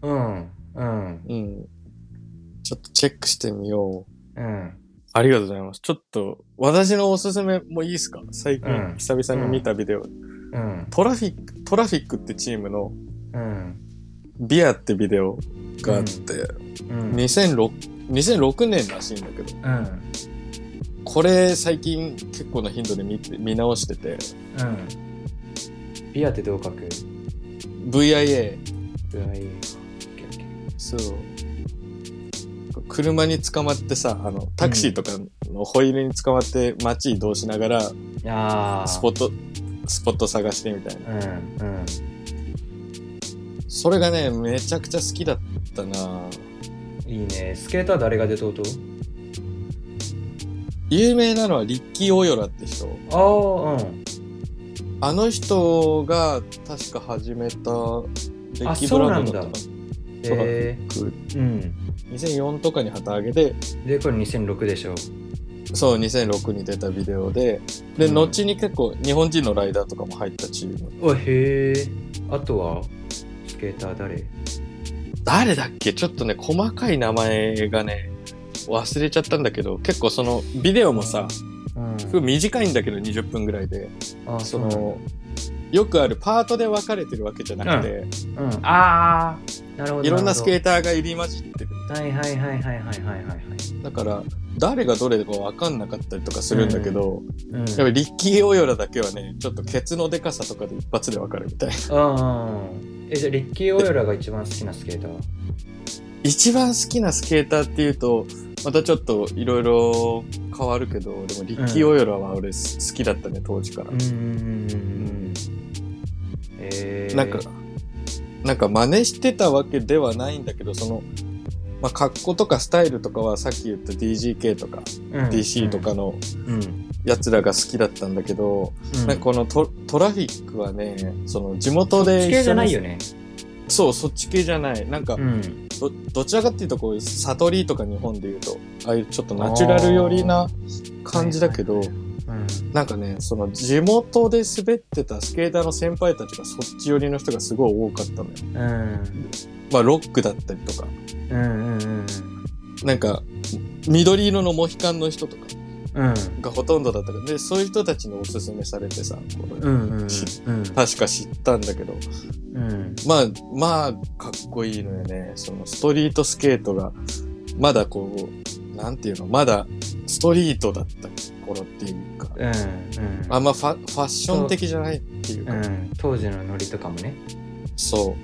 ちょっとチェックしてみよう。ありがとうございます。ちょっと私のおすすめもいいですか？最近久々に見たビデオ。トラフィックってチームのビアってビデオがあって、2006年らしいんだけど、これ最近結構な頻度で見直してて、 ビアってどう書く？ VIA。そう。車に捕まってさ、タクシーとかのホイールに捕まって街移動しながら、スポット探してみたいな。それがね、めちゃくちゃ好きだったな。 いいね。スケーター誰が出とうと？ 有名なのはリッキー・オヨラって人。あの人が確か始めたデッキブランドだったかな。トラフィック。2004とかに旗揚げで。 で、これ2006でしょ。 そう、2006に出たビデオで、後に結構日本人のライダーとかも入ったチーム。 へえ。あとはスケーター誰だっけ、ちょっとね細かい名前がね忘れちゃったんだけど、結構そのビデオもさ、すごい短いんだけど20分ぐらいで、そのよくあるパートで分かれてるわけじゃなくて、 ああ、なるほど、 いろんなスケーターが入り混じってる。 はいはいはいはいはいはいはい。 だから誰がどれだか分かんなかったりとかするんだけど、 やっぱりリッキー・オヨラだけはねちょっとケツのでかさとかで一発で分かるみたいな。 じゃあリッキー・オヨラが一番好きなスケーター？ 一番好きなスケーターっていうとまたちょっといろいろ変わるけど、でもリッキー・オヨラは俺好きだったね、当時から。なんか真似してたわけではないんだけど、その格好とかスタイルとかはさっき言った DGK とか、DC とかのやつらが好きだったんだけど、なんかこのトラフィックはね、その地元でそっち系じゃないよね。 そう、そっち系じゃない。なんか、どちらかっていうとこう悟りとか日本で言うとああいうちょっとナチュラル寄りな感じだけど、なんかね、その地元で滑ってたスケーターの先輩たちがそっち寄りの人がすごい多かったのよ。ロックだったりとか、なんか緑色のモヒカンの人とかがほとんどだったから、でそういう人たちにおすすめされてさ、確か知ったんだけど、まあかっこいいのよね。そのストリートスケートがまだこうなんていうの、まだストリートだった頃っていうか、あんまファッション的じゃないっていうか、 当時のノリとかもね、 そう、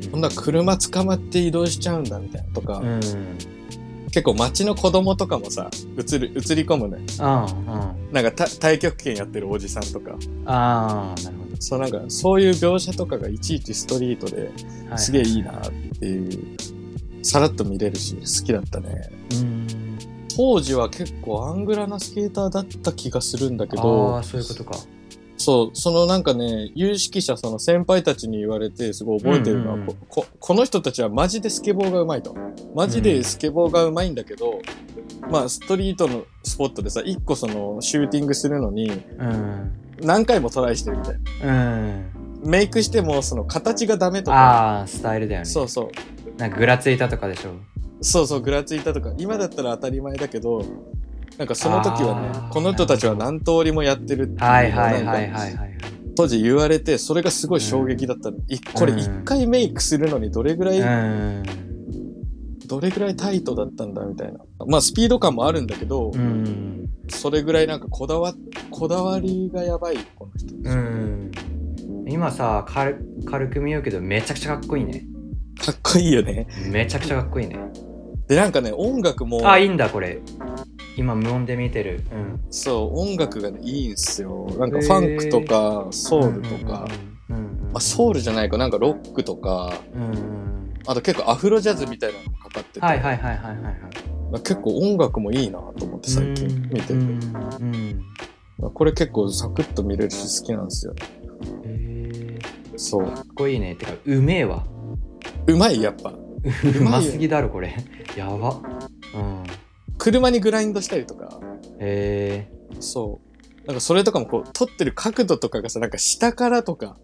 こんな車捕まって移動しちゃうんだみたいなとか、結構街の子供とかもさ映り込むね。なんか太極拳やってるおじさんとか、 なるほど。 そう、なんかそういう描写とかがいちいちストリートですげえいいなっていう、さらっと見れるし好きだったね。当時は結構アングラなスケーターだった気がするんだけど。 そういうことか。 そう、そのなんかね、有識者、その先輩たちに言われてすごい覚えてるのは、この人たちはマジでスケボーが上手いと。マジでスケボーが上手いんだけど、ストリートのスポットでさ、一個そのシューティングするのに、何回もトライしてるみたいな。メイクしてもその形がダメとか。 スタイルだよね。 そうそう。 なんかぐらついたとかでしょ。 そうそう、ぐらついたとか。今だったら当たり前だけど、なんかその時はね、この人たちは何通りもやってるっていうのを当時言われて、それがすごい衝撃だったの。これ一回メイクするのにどれぐらいタイトだったんだみたいな。スピード感もあるんだけど、それぐらいなんかこだわりがやばい、この人。 今さ、軽く見ようけどめちゃくちゃかっこいいね。 かっこいいよね。 めちゃくちゃかっこいいね。 で、なんかね、音楽もいいんだこれ。今無音で見てる。 そう、音楽がねいいんすよ。なんかファンクとかソウルとか、ソウルじゃないか、なんかロックとか、あと結構アフロジャズみたいなのもかかってて、結構音楽もいいなと思って最近見てて、これ結構サクッと見れるし好きなんですよ。そう。 かっこいいね。てかうめえわ。 うまい、やっぱ。 うますぎだろこれ。やば。 車にグラインドしたりとか。そう。なんかそれとかもこう撮ってる角度とかがさ、なんか下からとか。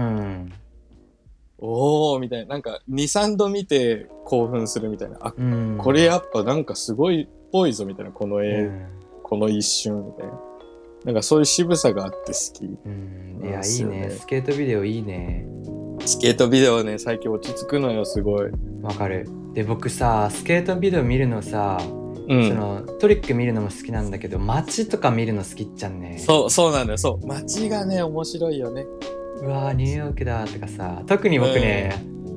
おーみたいな。なんか2、3度見て興奮するみたいな。これやっぱなんかすごいっぽいぞみたいな。このこの一瞬みたいな。なんかそういう渋さがあって好き。 いや、いいね。スケートビデオいいね。 スケートビデオね、最近落ち着くのよ、すごい。 わかる。で、僕さ、スケートビデオ見るのさ、そのトリック見るのも好きなんだけど、街とか見るの好きっちゃんね。 そうなんだよ。そう、街がね面白いよね。 うわー、ニューヨークだとかさ、特に僕ね、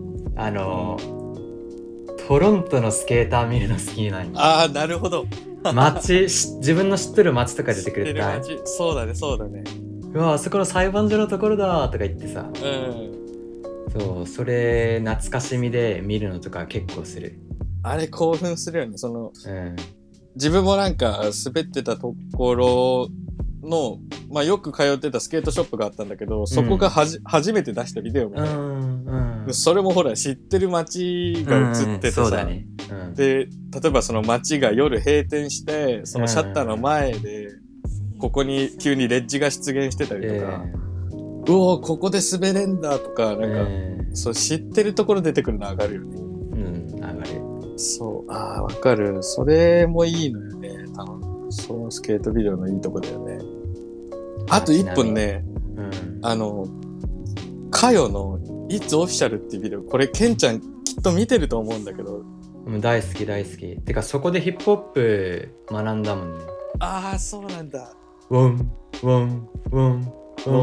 トロントのスケーター見るの好きなんよ。 なるほど。 自分の知ってる街とか出てくれたい。 そうだね。 うわ、あそこの裁判所のところだとか言ってさ、そう、それ懐かしみで見るのとか結構する。 あれ興奮するよね。その、自分もなんか滑ってたところの、よく通ってたスケートショップがあったんだけど、そこが初めて出したビデオみたいな。それもほら知ってる街が映っててさ、で、例えばその街が夜閉店して、そのシャッターの前で、ここに急にレッジが出現してたりとか、うおー、ここで滑れんだとか、なんか、 そう知ってるところ出てくるの上がるよね。 上がる。 そう、わかる。それもいいのよね。そのスケートビデオのいいとこだよね。あと1本ね、カヨの It's Official っていうビデオ、これケンちゃんきっと見てると思うんだけど。 大好き大好き。てかそこでヒップホップ学んだもんね。 そうなんだ。 ウォンウォンウォン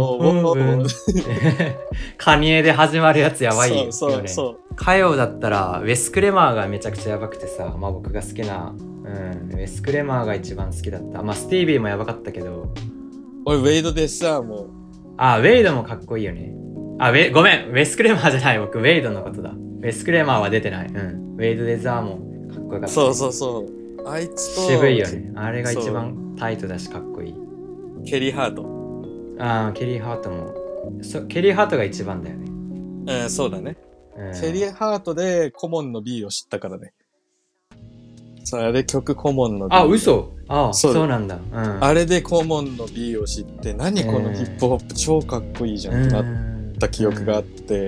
カニエで始まるやつやばいよね。そうカヨだったらウェス・クレマーがめちゃくちゃやばくてさ、僕が好きな、ウェス・クレマーが一番好きだった。スティービーもやばかったけど、 俺ウェイドでさ、もうウェイドもかっこいいよね。ごめん、ウェス・クレマーじゃない、僕ウェイドのことだ。ウェス・クレマーは出てない。ウェイド・デザーもかっこよかった。 そうあいつと渋いよね。あれが一番タイトだしかっこいい。 ケリー・ハート。 ケリー・ハートもケリー・ハートが一番だよね。 そうだね。ケリー・ハートでコモンの B を知ったからね。あれ曲コモンの B。 嘘。そうなんだ。 あれでコモンの B を知って、何このヒップホップ超かっこいいじゃんってなった記憶があって。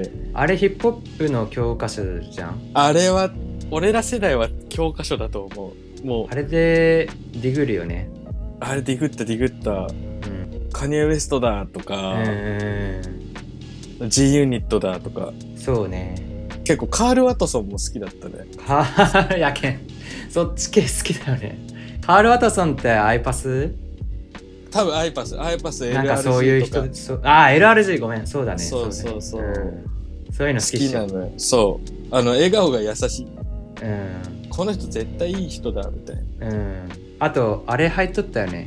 あれヒップホップの教科書じゃん。 あれは俺ら世代は教科書だと思う。もうあれでディグるよね。 あれディグった。カニエ・ウェストだとか、G ユニットだとか。 そうね。 結構カール・ワトソンも好きだったね。 やけん。そっち系好きだよね。カール・ワトソンってアイパス？ 多分アイパス LRG なんかそういう人。LRG ごめん。そうだね。 そう。 そういうの好きなのよ。そう。笑顔が優しい。この人絶対いい人だみたいな。 あとあれ入っとったよね。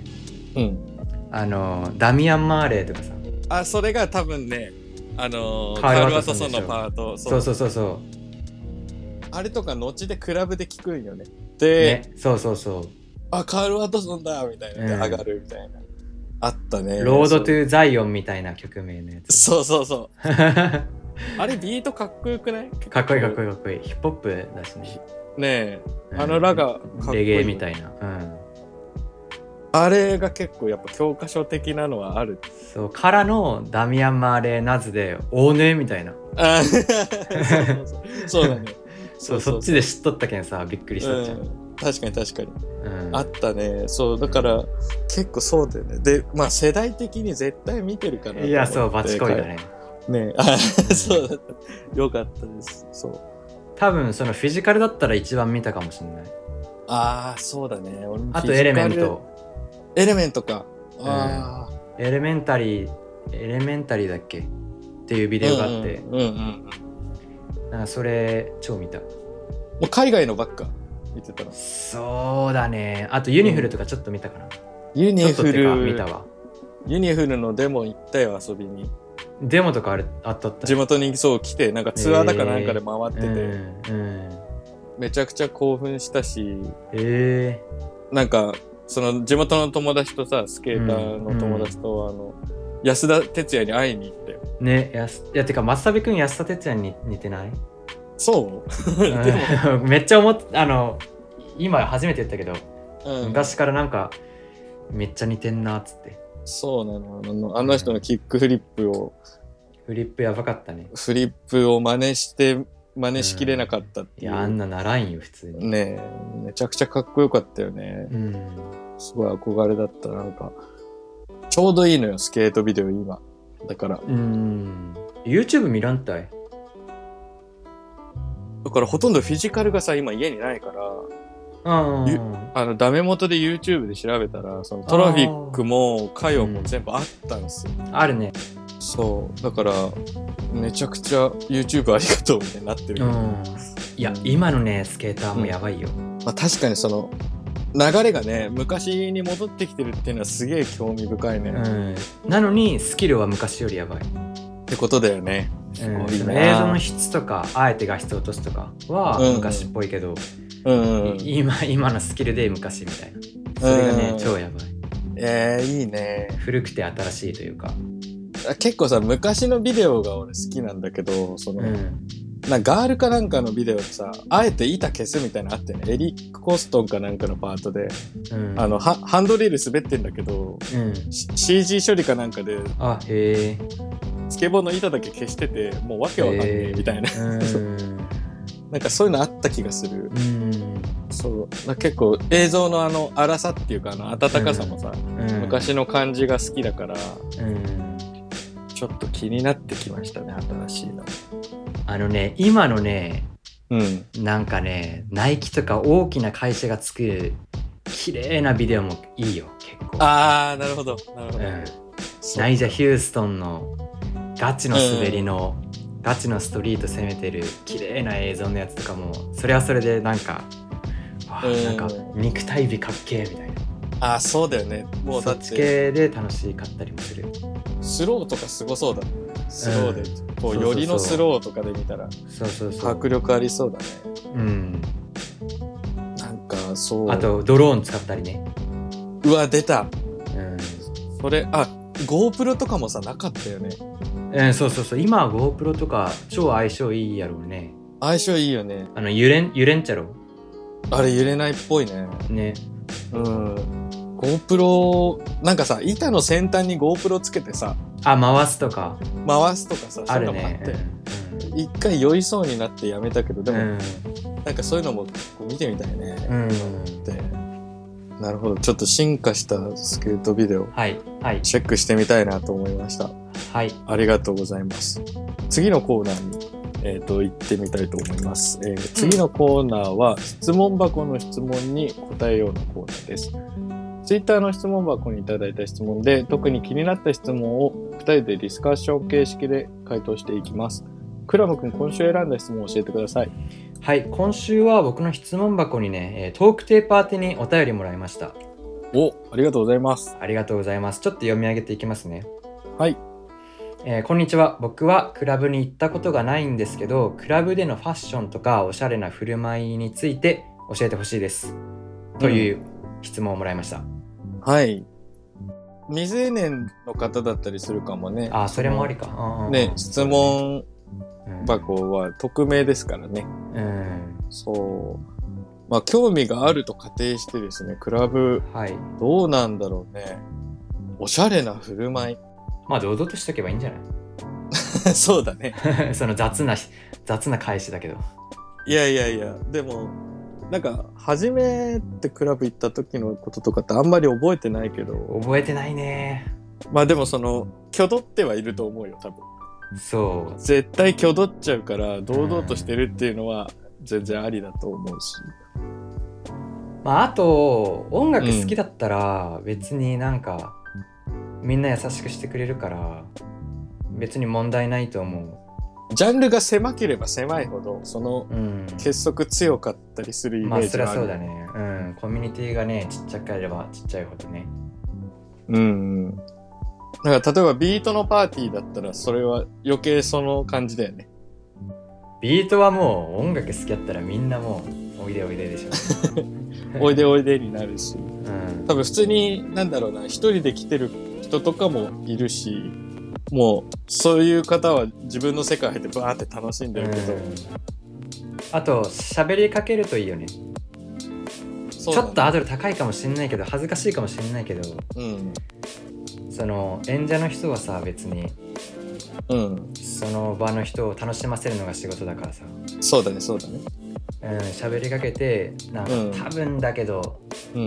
ダミアン・マーレーとかさ。 それが多分ね、カール・ワトソンのパート。 そう。 あれとか後でクラブで聞くんよね。で、 ね、そう。 カール・ワトソンだみたいなで上がるみたいな。あったね。 ロード・トゥ・ザイオンみたいな曲名のやつ。 そう。あれビートかっこよくない？ かっこいい。ヒップホップだしね。 ねえ、ラがかっこいい。 レゲエみたいな。 あれが結構やっぱ教科書的なのはある。 そうからのダミアン・マーレーナズで大ねみたいな。 そうだね。 そっちで知っとったけんさ、びっくりしたっちゃう。 確かに、あったね。そうだから結構そうだよね。で世代的に絶対見てるかなと思って。 いやそうバチコイだね。 そうだった。よかったです。そう。 多分そのフィジカルだったら一番見たかもしれない。 そうだね。 あとエレメントか。 エレメンタリーだっけっていうビデオがあって、なんかそれ超見た。 もう海外のばっか見てたの。 そうだね。あとユニフルとかちょっと見たかな。 ユニフル見たわ。 ユニフルのデモ行ったよ、遊びに。 デモとかあった地元に来て、なんかツアーだかなんかで回ってて、めちゃくちゃ興奮したし、なんかその地元の友達とさ、スケーターの友達と安田哲也に会いに行ってね。いやてか松田くん安田哲也に似てない？ そうでもめっちゃ今初めて言ったけど、昔からなんかめっちゃ似てんなっつって。 そうなの。あの人のキックフリップやばかったね。 フリップを真似しきれなかったっていう。 いやあんなならんよ普通に。 ねえ、めちゃくちゃかっこよかったよね。すごい憧れだった。なんかちょうどいいのよ、スケートビデオ今。だから。 YouTube 見らんたい。 だからほとんどフィジカルがさ今家にないから。ダメ元で YouTube で調べたら、そのトラフィックもカヨも全部あったんですよ。 あるね。 そうだからめちゃくちゃ YouTube ありがとうみたいになってる。 いや今のねスケーターもやばいよ。 確かにその流れがね昔に戻ってきてるっていうのはすげえ興味深いね。 なのにスキルは昔よりやばいってことだよね。 その映像の質とかあえて画質落とすとかは昔っぽいけど、今のスキルで昔みたいな。それがね超やばい。 いいね。 古くて新しいというか。 結構さ昔のビデオが俺好きなんだけど、その、ガールかなんかのビデオでさ、あえて板消すみたいなのあってね、エリック・コストンかなんかのパートで、ハンドリール滑ってんだけど、CG 処理かなんかでスケボーの板だけ消しててもうわけわかんねえみたいな、なんかそういうのあった気がする。そう結構映像の粗さっていうか温かさもさ、昔の感じが好きだから、ちょっと気になってきましたね、新しいの。 今のね、なんかね、ナイキとか大きな会社が作る綺麗なビデオもいいよ、結構。 なるほどなるほど、 ナイジャ・ヒューストンのガチの滑りの、ガチのストリート攻めてる綺麗な映像のやつとかも、それはそれでなんか、なんか肉体美かっけーみたいな。 そうだよね。もうだってそっち系で楽しかったりもする。 スローとかすごそうだね。スローで、こうよりのスローとかで見たら迫力ありそうだね。なんかそう。 あとドローン使ったりね。 うわ出た。それGoPro とかもさなかったよね。 そう今は GoPro とか超相性いいやろうね。 相性いいよね。 揺れんちゃろ。 あれ揺れないっぽいね。GoPro なんかさ、板の先端に GoPro つけてさ、 回すとかさ、 あるね。 一回酔いそうになってやめたけど、でも、なんかそういうのも見てみたいね。なるほど。ちょっと進化したスケートビデオ、チェックしてみたいなと思いました。ありがとうございます。次のコーナーに、行ってみたいと思います。次のコーナーは、質問箱の質問に答えようのコーナーです。ツイッターの質問箱にいただいた質問で、特に気になった質問を2人でディスカッション形式で回答していきます。クラム君、今週選んだ質問を教えてください。 今週は僕の質問箱にね、トークテープ宛てにお便りもらいました。 ありがとうございます。 ありがとうございます。ちょっと読み上げていきますね。 こんにちは。僕はクラブに行ったことがないんですけど、クラブでのファッションとかおしゃれな振る舞いについて教えてほしいです。という質問をもらいました。 未成年の方だったりするかもね。 それもありか。 ね、質問箱は匿名ですからね。そう。興味があると仮定してですね、クラブ、どうなんだろうね。おしゃれな振る舞い。 堂々としとけばいいんじゃないそうだね。 その雑な返しだけど。 いや、でも、なんか、初めてクラブ行った時のこととかってあんまり覚えてないけど。 覚えてないね。 でも挙動ってはいると思うよ、多分。 そう。 絶対挙動っちゃうから、堂々としてるっていうのは全然ありだと思うし。 あと、音楽好きだったら、別になんか、みんな優しくしてくれるから、別に問題ないと思う。 ジャンルが狭ければ狭いほど結束強かったりするイメージがある。 そりゃそうだね。コミュニティがねちっちゃければちっちゃいほどね。 だから例えばビートのパーティーだったらそれは余計その感じだよね。 ビートはもう音楽好きだったらみんなもうおいでおいででしょ。 おいでおいでになるし、多分普通に一人で来てる人とかもいるし。もうそういう方は自分の世界入ってバーって楽しんでるけど、 あと喋りかけるといいよね。ちょっとハードル高いかもしれないけど恥ずかしいかもしれないけど、その演者の人はさ別に、その場の人を楽しませるのが仕事だからさ。そうだね喋りかけてなんか、多分だけど、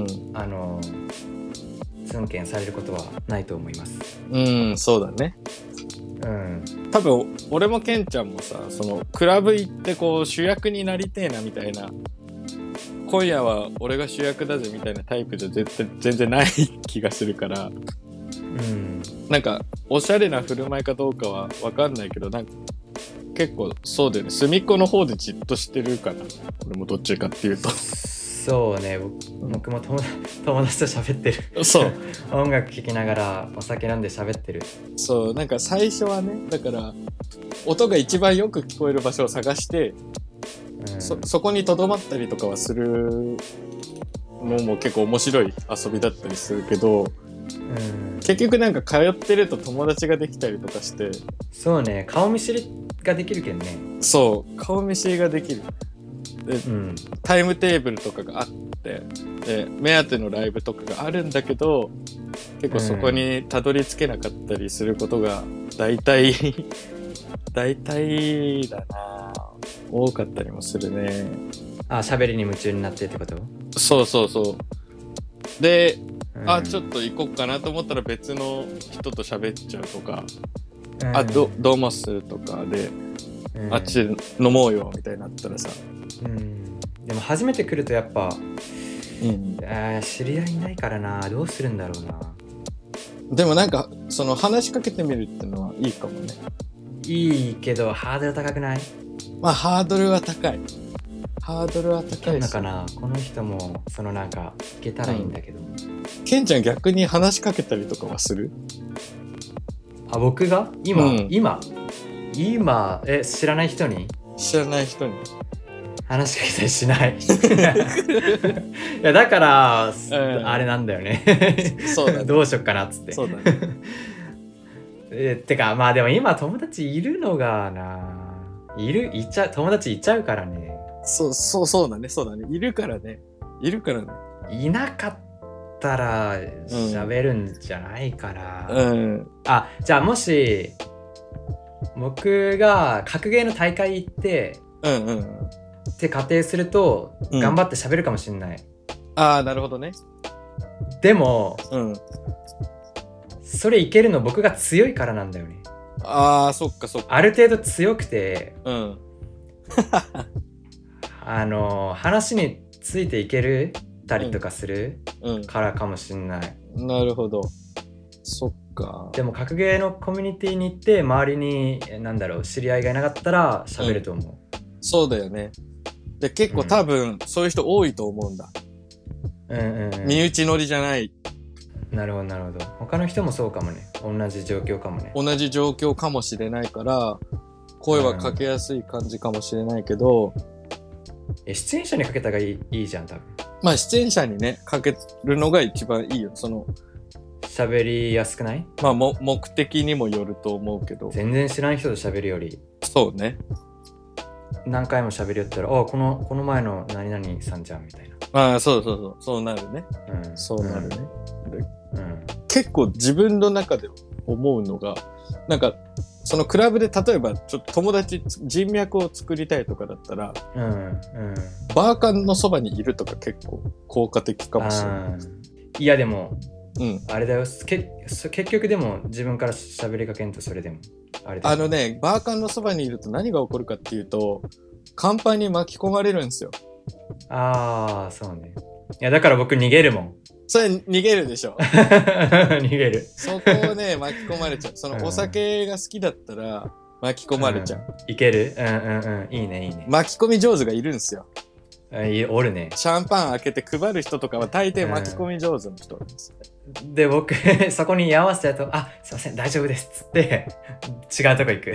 ツンケンされることはないと思います。 そうだね。多分俺もケンちゃんもさ、クラブ行ってこう主役になりてえなみたいな、今夜は俺が主役だぜみたいなタイプじゃ絶対全然ない気がするから、なんかおしゃれな振る舞いかどうかは分かんないけど、なんか結構そうだよね。隅っこの方でじっとしてるから、俺もどっちかっていうと。 そうね、僕も友達と喋ってる。そう音楽聴きながらお酒飲んで喋ってる。 そう、なんか最初はね、だから音が一番よく聞こえる場所を探して、そこに留まったりとかはするのも結構面白い遊びだったりするけど、結局なんか通ってると友達ができたりとかして。 そうね、顔見知りができるけんね。 そう、顔見知りができる。で、タイムテーブルとかがあって、で目当てのライブとかがあるんだけど、結構そこにたどり着けなかったりすることが大体だな。多かったりもするね。 あ、喋りに夢中になってってこと？ そうそうそう。で、ちょっと行こっかなと思ったら別の人と喋っちゃうとか、どうもすとかで、あっちで飲もうよみたいになったらさ。 でも初めて来るとやっぱ、知り合いいないからな、どうするんだろうな。 でもなんかその話しかけてみるってのはいいかもね。 いいけどハードル高くない？ まあハードルは高い。ハードルは高いのかな。この人もそのなんかいけたらいいんだけど。 ケンちゃん逆に話しかけたりとかはする？ あ、僕が今知らない人に話しかけたりしない。いやだから、あれなんだよね。 そうだね。 どうしよっかなっつって。 そうだね。 てかまあでも今友達いるのが友達いちゃうからね。 そうだね。いるからね。 いなかったら喋るんじゃないかな。じゃあもし僕が格ゲーの大会行ってって仮定すると、頑張って喋るかもしれない。 ああ、なるほどね。 でも、それいけるの僕が強いからなんだよね。 ああ、そっか。 ある程度強くて、話についていけるたりとかするからかもしれない。 なるほど。そっか。 でも格ゲーのコミュニティに行って周りに知り合いがいなかったら喋ると思う。 そうだよね。で結構多分そういう人多いと思うんだ。身内乗りじゃない。 なるほど。他の人もそうかもね。同じ状況かもね。 同じ状況かもしれないから声はかけやすい感じかもしれないけど、 出演者にかけたがいいじゃん多分。 まあ出演者にねかけるのが一番いいよ。その喋りやすくない？ まあ目的にもよると思うけど。 全然知らん人と喋るより。 そうね。 何回も喋りよったら、この前の何々さんじゃんみたいな。 ああ、そうなるね。そうなるね。結構自分の中で思うのが、なんかそのクラブで例えばちょっと友達人脈を作りたいとかだったら、バーカンのそばにいるとか結構効果的かもしれない。 いやでも、あれだよ。結局でも自分から喋りかけんとそれでも。あれだよ。 バーカンのそばにいると何が起こるかっていうと、乾杯に巻き込まれるんですよ。 ああ、そうね。いやだから僕逃げるもん。 それ逃げるでしょ。 逃げる。 そこをね巻き込まれちゃう。そのお酒が好きだったら巻き込まれちゃう。 いける？いいね。 巻き込み上手がいるんですよ。 おるね。 シャンパン開けて配る人とかは大抵巻き込み上手の人なんですよ。 で僕そこに居合わせたと、すいません大丈夫ですっつって違うとこ行く。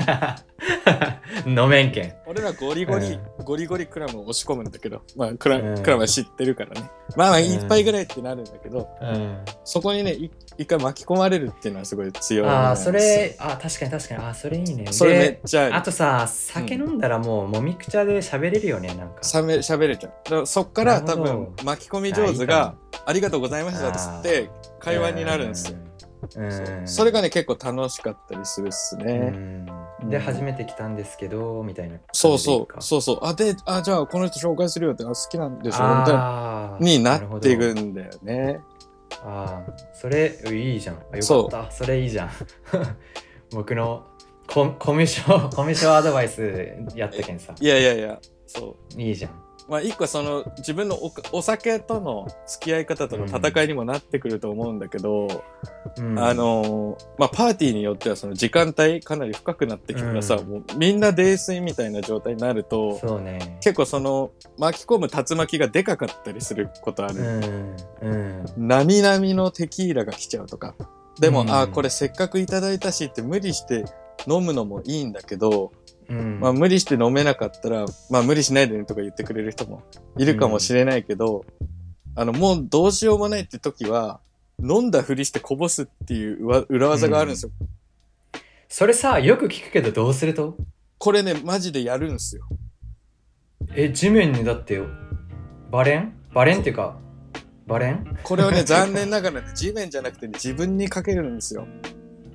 飲めんけん。 俺らゴリゴリクラムを押し込むんだけど、まあクラムは知ってるからね。まあ一杯ぐらいってなるんだけど、そこにね一回巻き込まれるっていうのはすごい強い。 それ確かにそれいいね。 それめっちゃあとさ、酒飲んだらもうもみくちゃで喋れるよね。なんか喋れちゃう。だからそっから多分巻き込み上手がありがとうございましたっつって会話になるんですよ。それがね結構楽しかったりするっすね。 で初めて来たんですけどみたいな。 そうじゃあこの人紹介するよって好きなんですよみたいなになっていくんだよね。 それいいじゃん。よかった。それいいじゃん。僕のコミュ障アドバイスやったけんさ。 いやそういいじゃん。 まあ一個その自分のお酒との付き合い方との戦いにもなってくると思うんだけど、まあパーティーによってはその時間帯かなり深くなってきたらさ、もうみんな泥酔みたいな状態になると、 そうね、 結構その巻き込む竜巻がでかかったりすることある。なみなみのテキーラが来ちゃうとか。でも、これせっかくいただいたしって無理して飲むのもいいんだけど、まあ無理して飲めなかったら、まあ無理しないでねとか言ってくれる人もいるかもしれないけど、もうどうしようもないって時は、飲んだふりしてこぼすっていう裏技があるんですよ。 それさ、よく聞くけどどうすると？ これね、マジでやるんすよ。 地面にだってよ。バレンっていうか、バレン？ これはね、残念ながらね、地面じゃなくて、ね、自分にかけるんですよ。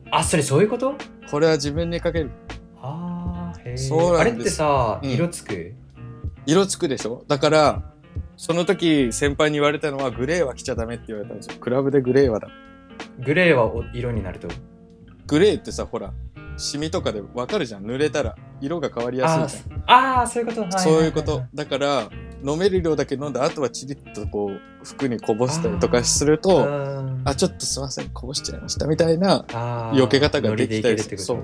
あ、それそういうこと？ これは自分にかける。 ああ、へえ。 そうなんです。 あれってさ、色つく？ 色つくでしょ。だから、その時先輩に言われたのはグレーは着ちゃダメって言われたんですよ。クラブでグレーはダメ。 グレーは色になると？ グレーってさ、ほら、シミとかでわかるじゃん。濡れたら色が変わりやすいじゃん。 ああ、そういうこと。はいはいはいはい、 そういうこと。だから、飲める量だけ飲んだ後はチリッとこう、服にこぼしたりとかすると、ちょっとすいません、こぼしちゃいましたみたいな、避け方ができたりする。そう。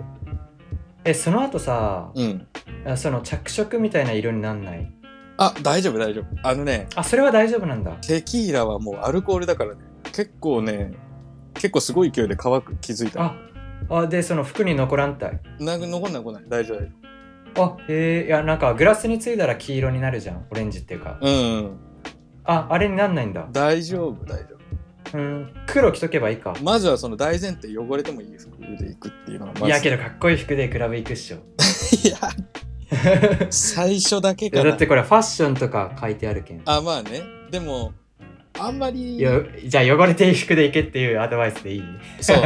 その後さ、その着色みたいな色になんない？ あ、大丈夫大丈夫。 それは大丈夫なんだ。 テキーラはもうアルコールだからね、結構すごい勢いで乾く、気づいた。 で、その服に残らんたい？ 残んない、大丈夫。 いや、なんかグラスについたら黄色になるじゃん、オレンジっていうか。あれになんないんだ。 大丈夫。 黒着とけばいいか。 まずはその大前提、汚れてもいい服で行くっていうのはまず。 いやけどかっこいい服でクラブ行くっしょ。 いや最初だけかな。 だってこれファッションとか書いてあるけん。 まあね。でもあんまりじゃあ汚れていい服で行けっていうアドバイスでいい？ そう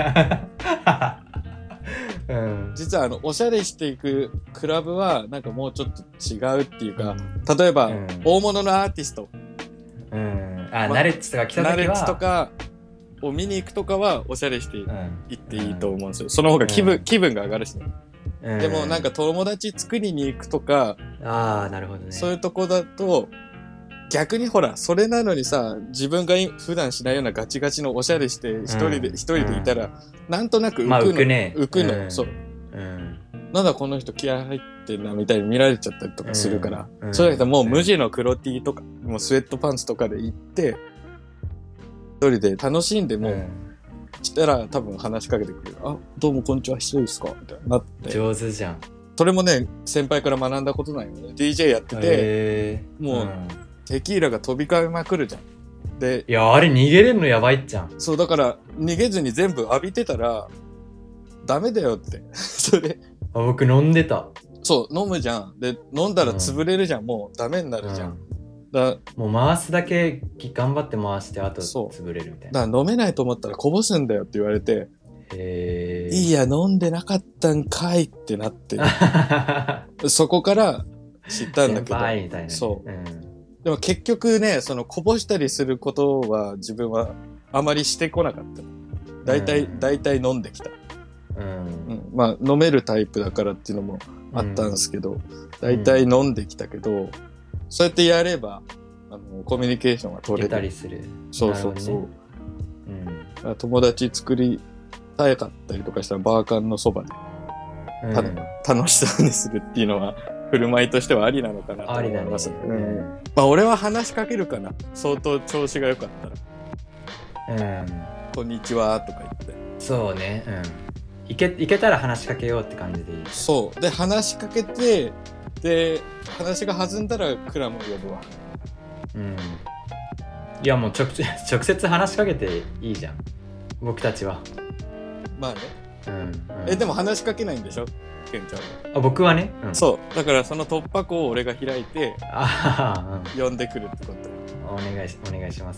実はおしゃれしていくクラブはなんかもうちょっと違うっていうか、例えば、大物のアーティスト、 ナレッジとか来た時はナレッジとかを見に行くとかはおしゃれして行っていいと思うんですよ。その方が気分が上がるしね。でもなんか友達作りに行くとか、 なるほどね。 そういうとこだと逆にほら、それなのにさ、自分が普段しないようなガチガチのおしゃれして一人でいたら、なんとなく浮くの。そう。なんだこの人気合入ってんなみたいに見られちゃったりとかするから、そうじゃなくてもう無地の黒 T とか、もうスウェットパンツとかで行って、一人で楽しんでも、したら多分話しかけてくれる。どうもこんにちは、一人ですかみたいなって。 上手じゃん。 それもね、先輩から学んだことないよね。DJ やってて、もう、テキーラが飛び交いまくるじゃん。で、 いや、あれ逃げれんのやばいっちゃん。 そう、だから逃げずに全部浴びてたら、ダメだよって。それ。 僕飲んでた。 そう、飲むじゃん。で、飲んだら潰れるじゃん。もうダメになるじゃん。 もう回すだけ頑張って回して、あと潰れるみたいな。 だから飲めないと思ったらこぼすんだよって言われて、いいや、飲んでなかったんかいってなって。そこから知ったんだけど。 先輩みたいな、ね。 そう。でも結局ね、そのこぼしたりすることは自分はあまりしてこなかった。大体飲んできた。まあ飲めるタイプだからっていうのもあったんですけど、大体飲んできたけど、そうやってやればコミュニケーションが取れる。 たりする。 そうそうそう。友達作りたかったりとかしたらバーカンのそばで、楽しそうにするっていうのは振る舞いとしてはありなのかなと思いますね。まあ俺は話しかけるかな。相当調子が良かったら。こんにちはとか言って。 そうね。いけたら話しかけようって感じでいい。 そう。で、話しかけて、で、話が弾んだらクラムを呼ぶわ。 いやもう直接話しかけていいじゃん。僕たちは。 まあね。でも話しかけないんでしょケンちゃんは。 僕はね。 そう。だからその突破口を俺が開いて、呼んでくるってこと。 お願いします。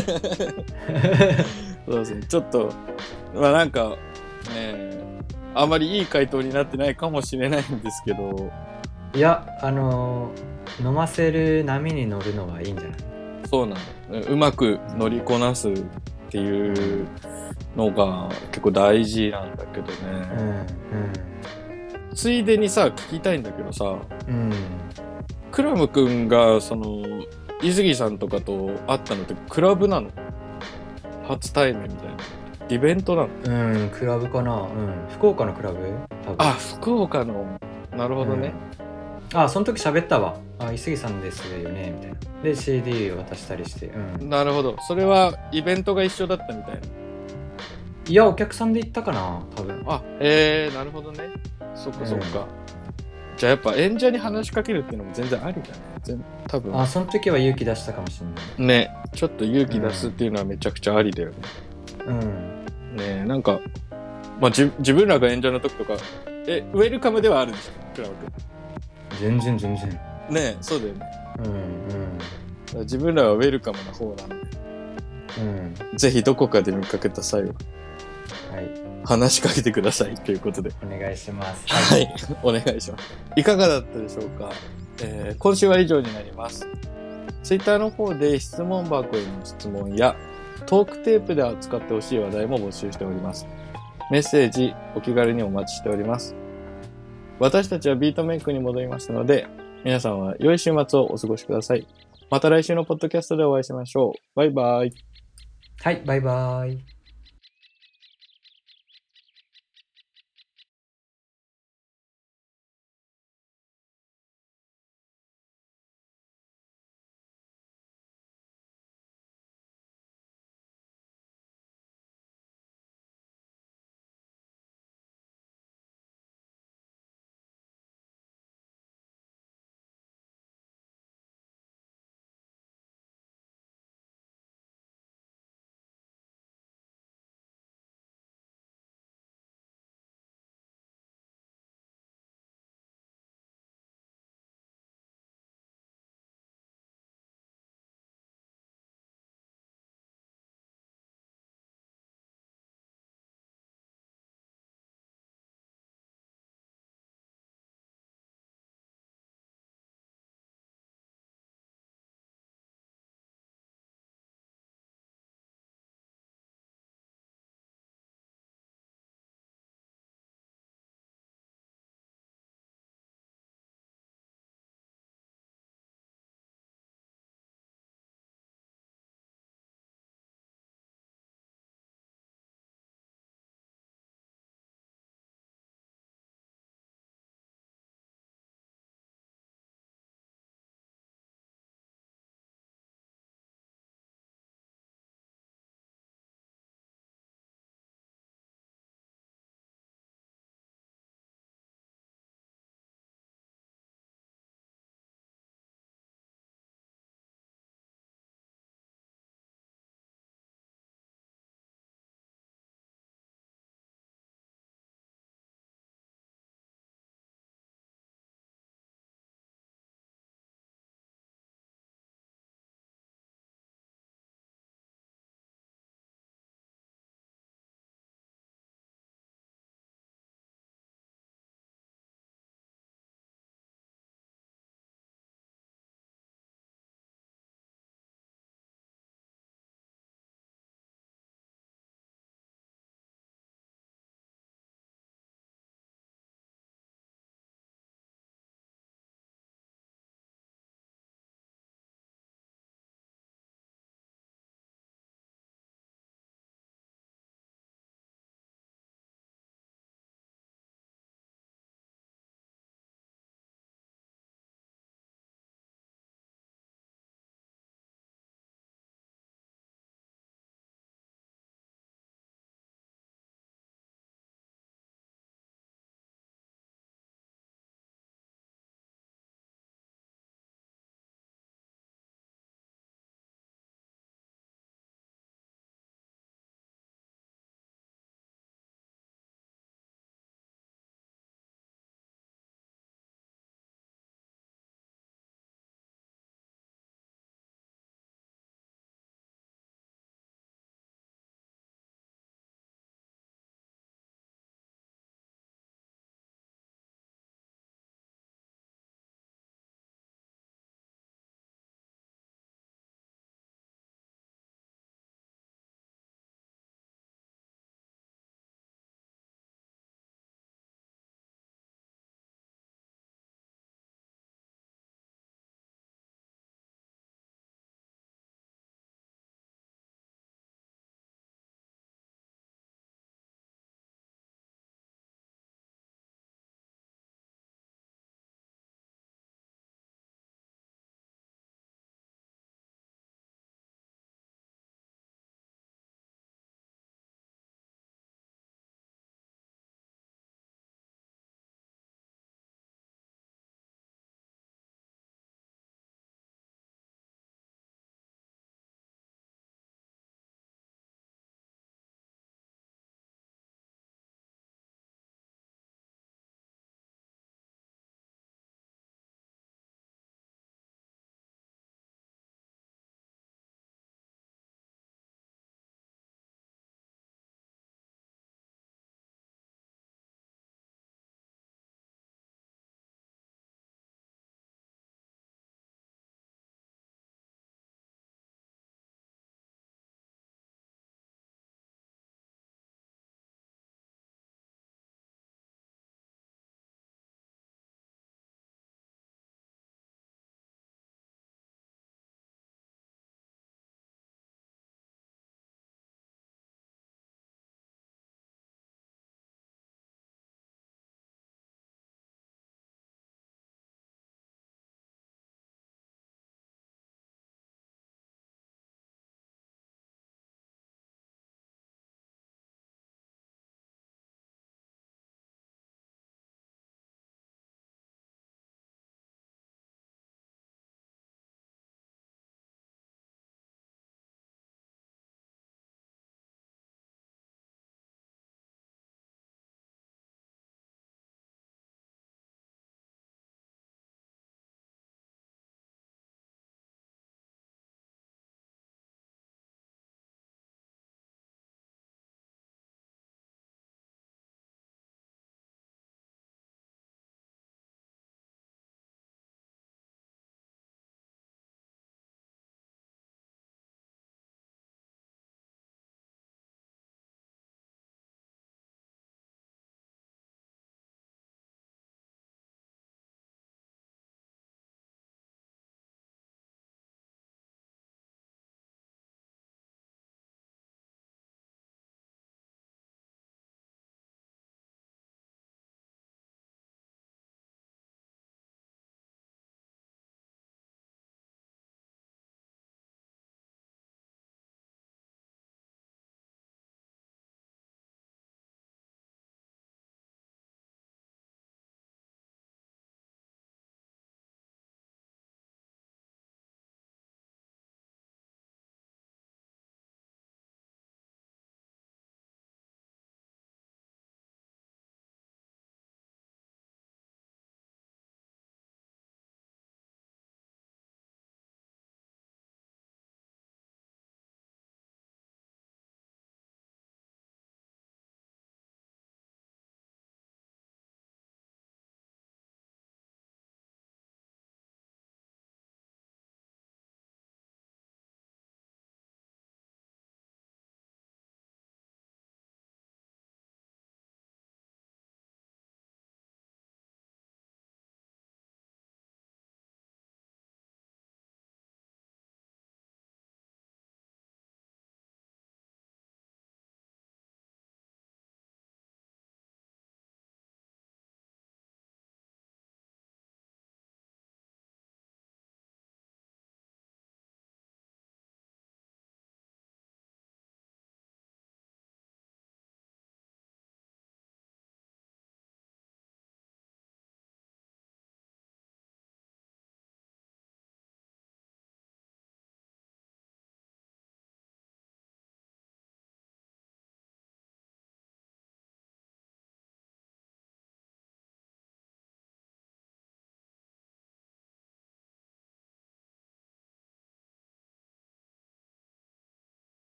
そうそう。ちょっと、まあなんか、ね、あまりいい回答になってないかもしれないんですけど、 いや、飲ませる波に乗るのはいいんじゃない？ そうなの。うまく乗りこなすっていうのが結構大事なんだけどね。ついでにさ、聞きたいんだけどさ、クラムくんがその伊杉さんとかと会ったのってクラブなの？初対面みたいな。イベントなの？ クラブかな。福岡のクラブ？多分。 福岡の。なるほどね。 その時喋ったわ。伊杉さんですよねみたいな。で CD を渡したりして。 なるほど。それはイベントが一緒だったみたいな。 いや、お客さんで行ったかな多分。 なるほどね。そっかそっか。じゃあやっぱ演者に話しかけるっていうのも全然ありだね。多分。 その時は勇気出したかもしれない。 ね。ちょっと勇気出すっていうのはめちゃくちゃありだよね。ね、なんか、まあ自分らが演者の時とか、ウェルカムではあるでしょ、クラブ君。全然。 ね、そうだよね。自分らはウェルカムな方なので、ぜひどこかで見かけた際は話しかけてくださいということで。 お願いします。 はい、お願いします。いかがだったでしょうか。今週は以上になります。ツイッターの方で質問箱への質問やトークテープで扱ってほしい話題も募集しております。メッセージお気軽にお待ちしております。私たちはビートメイクに戻りましたので、皆さんは良い週末をお過ごしください。また来週のポッドキャストでお会いしましょう。バイバイ。 はい、バイバイ。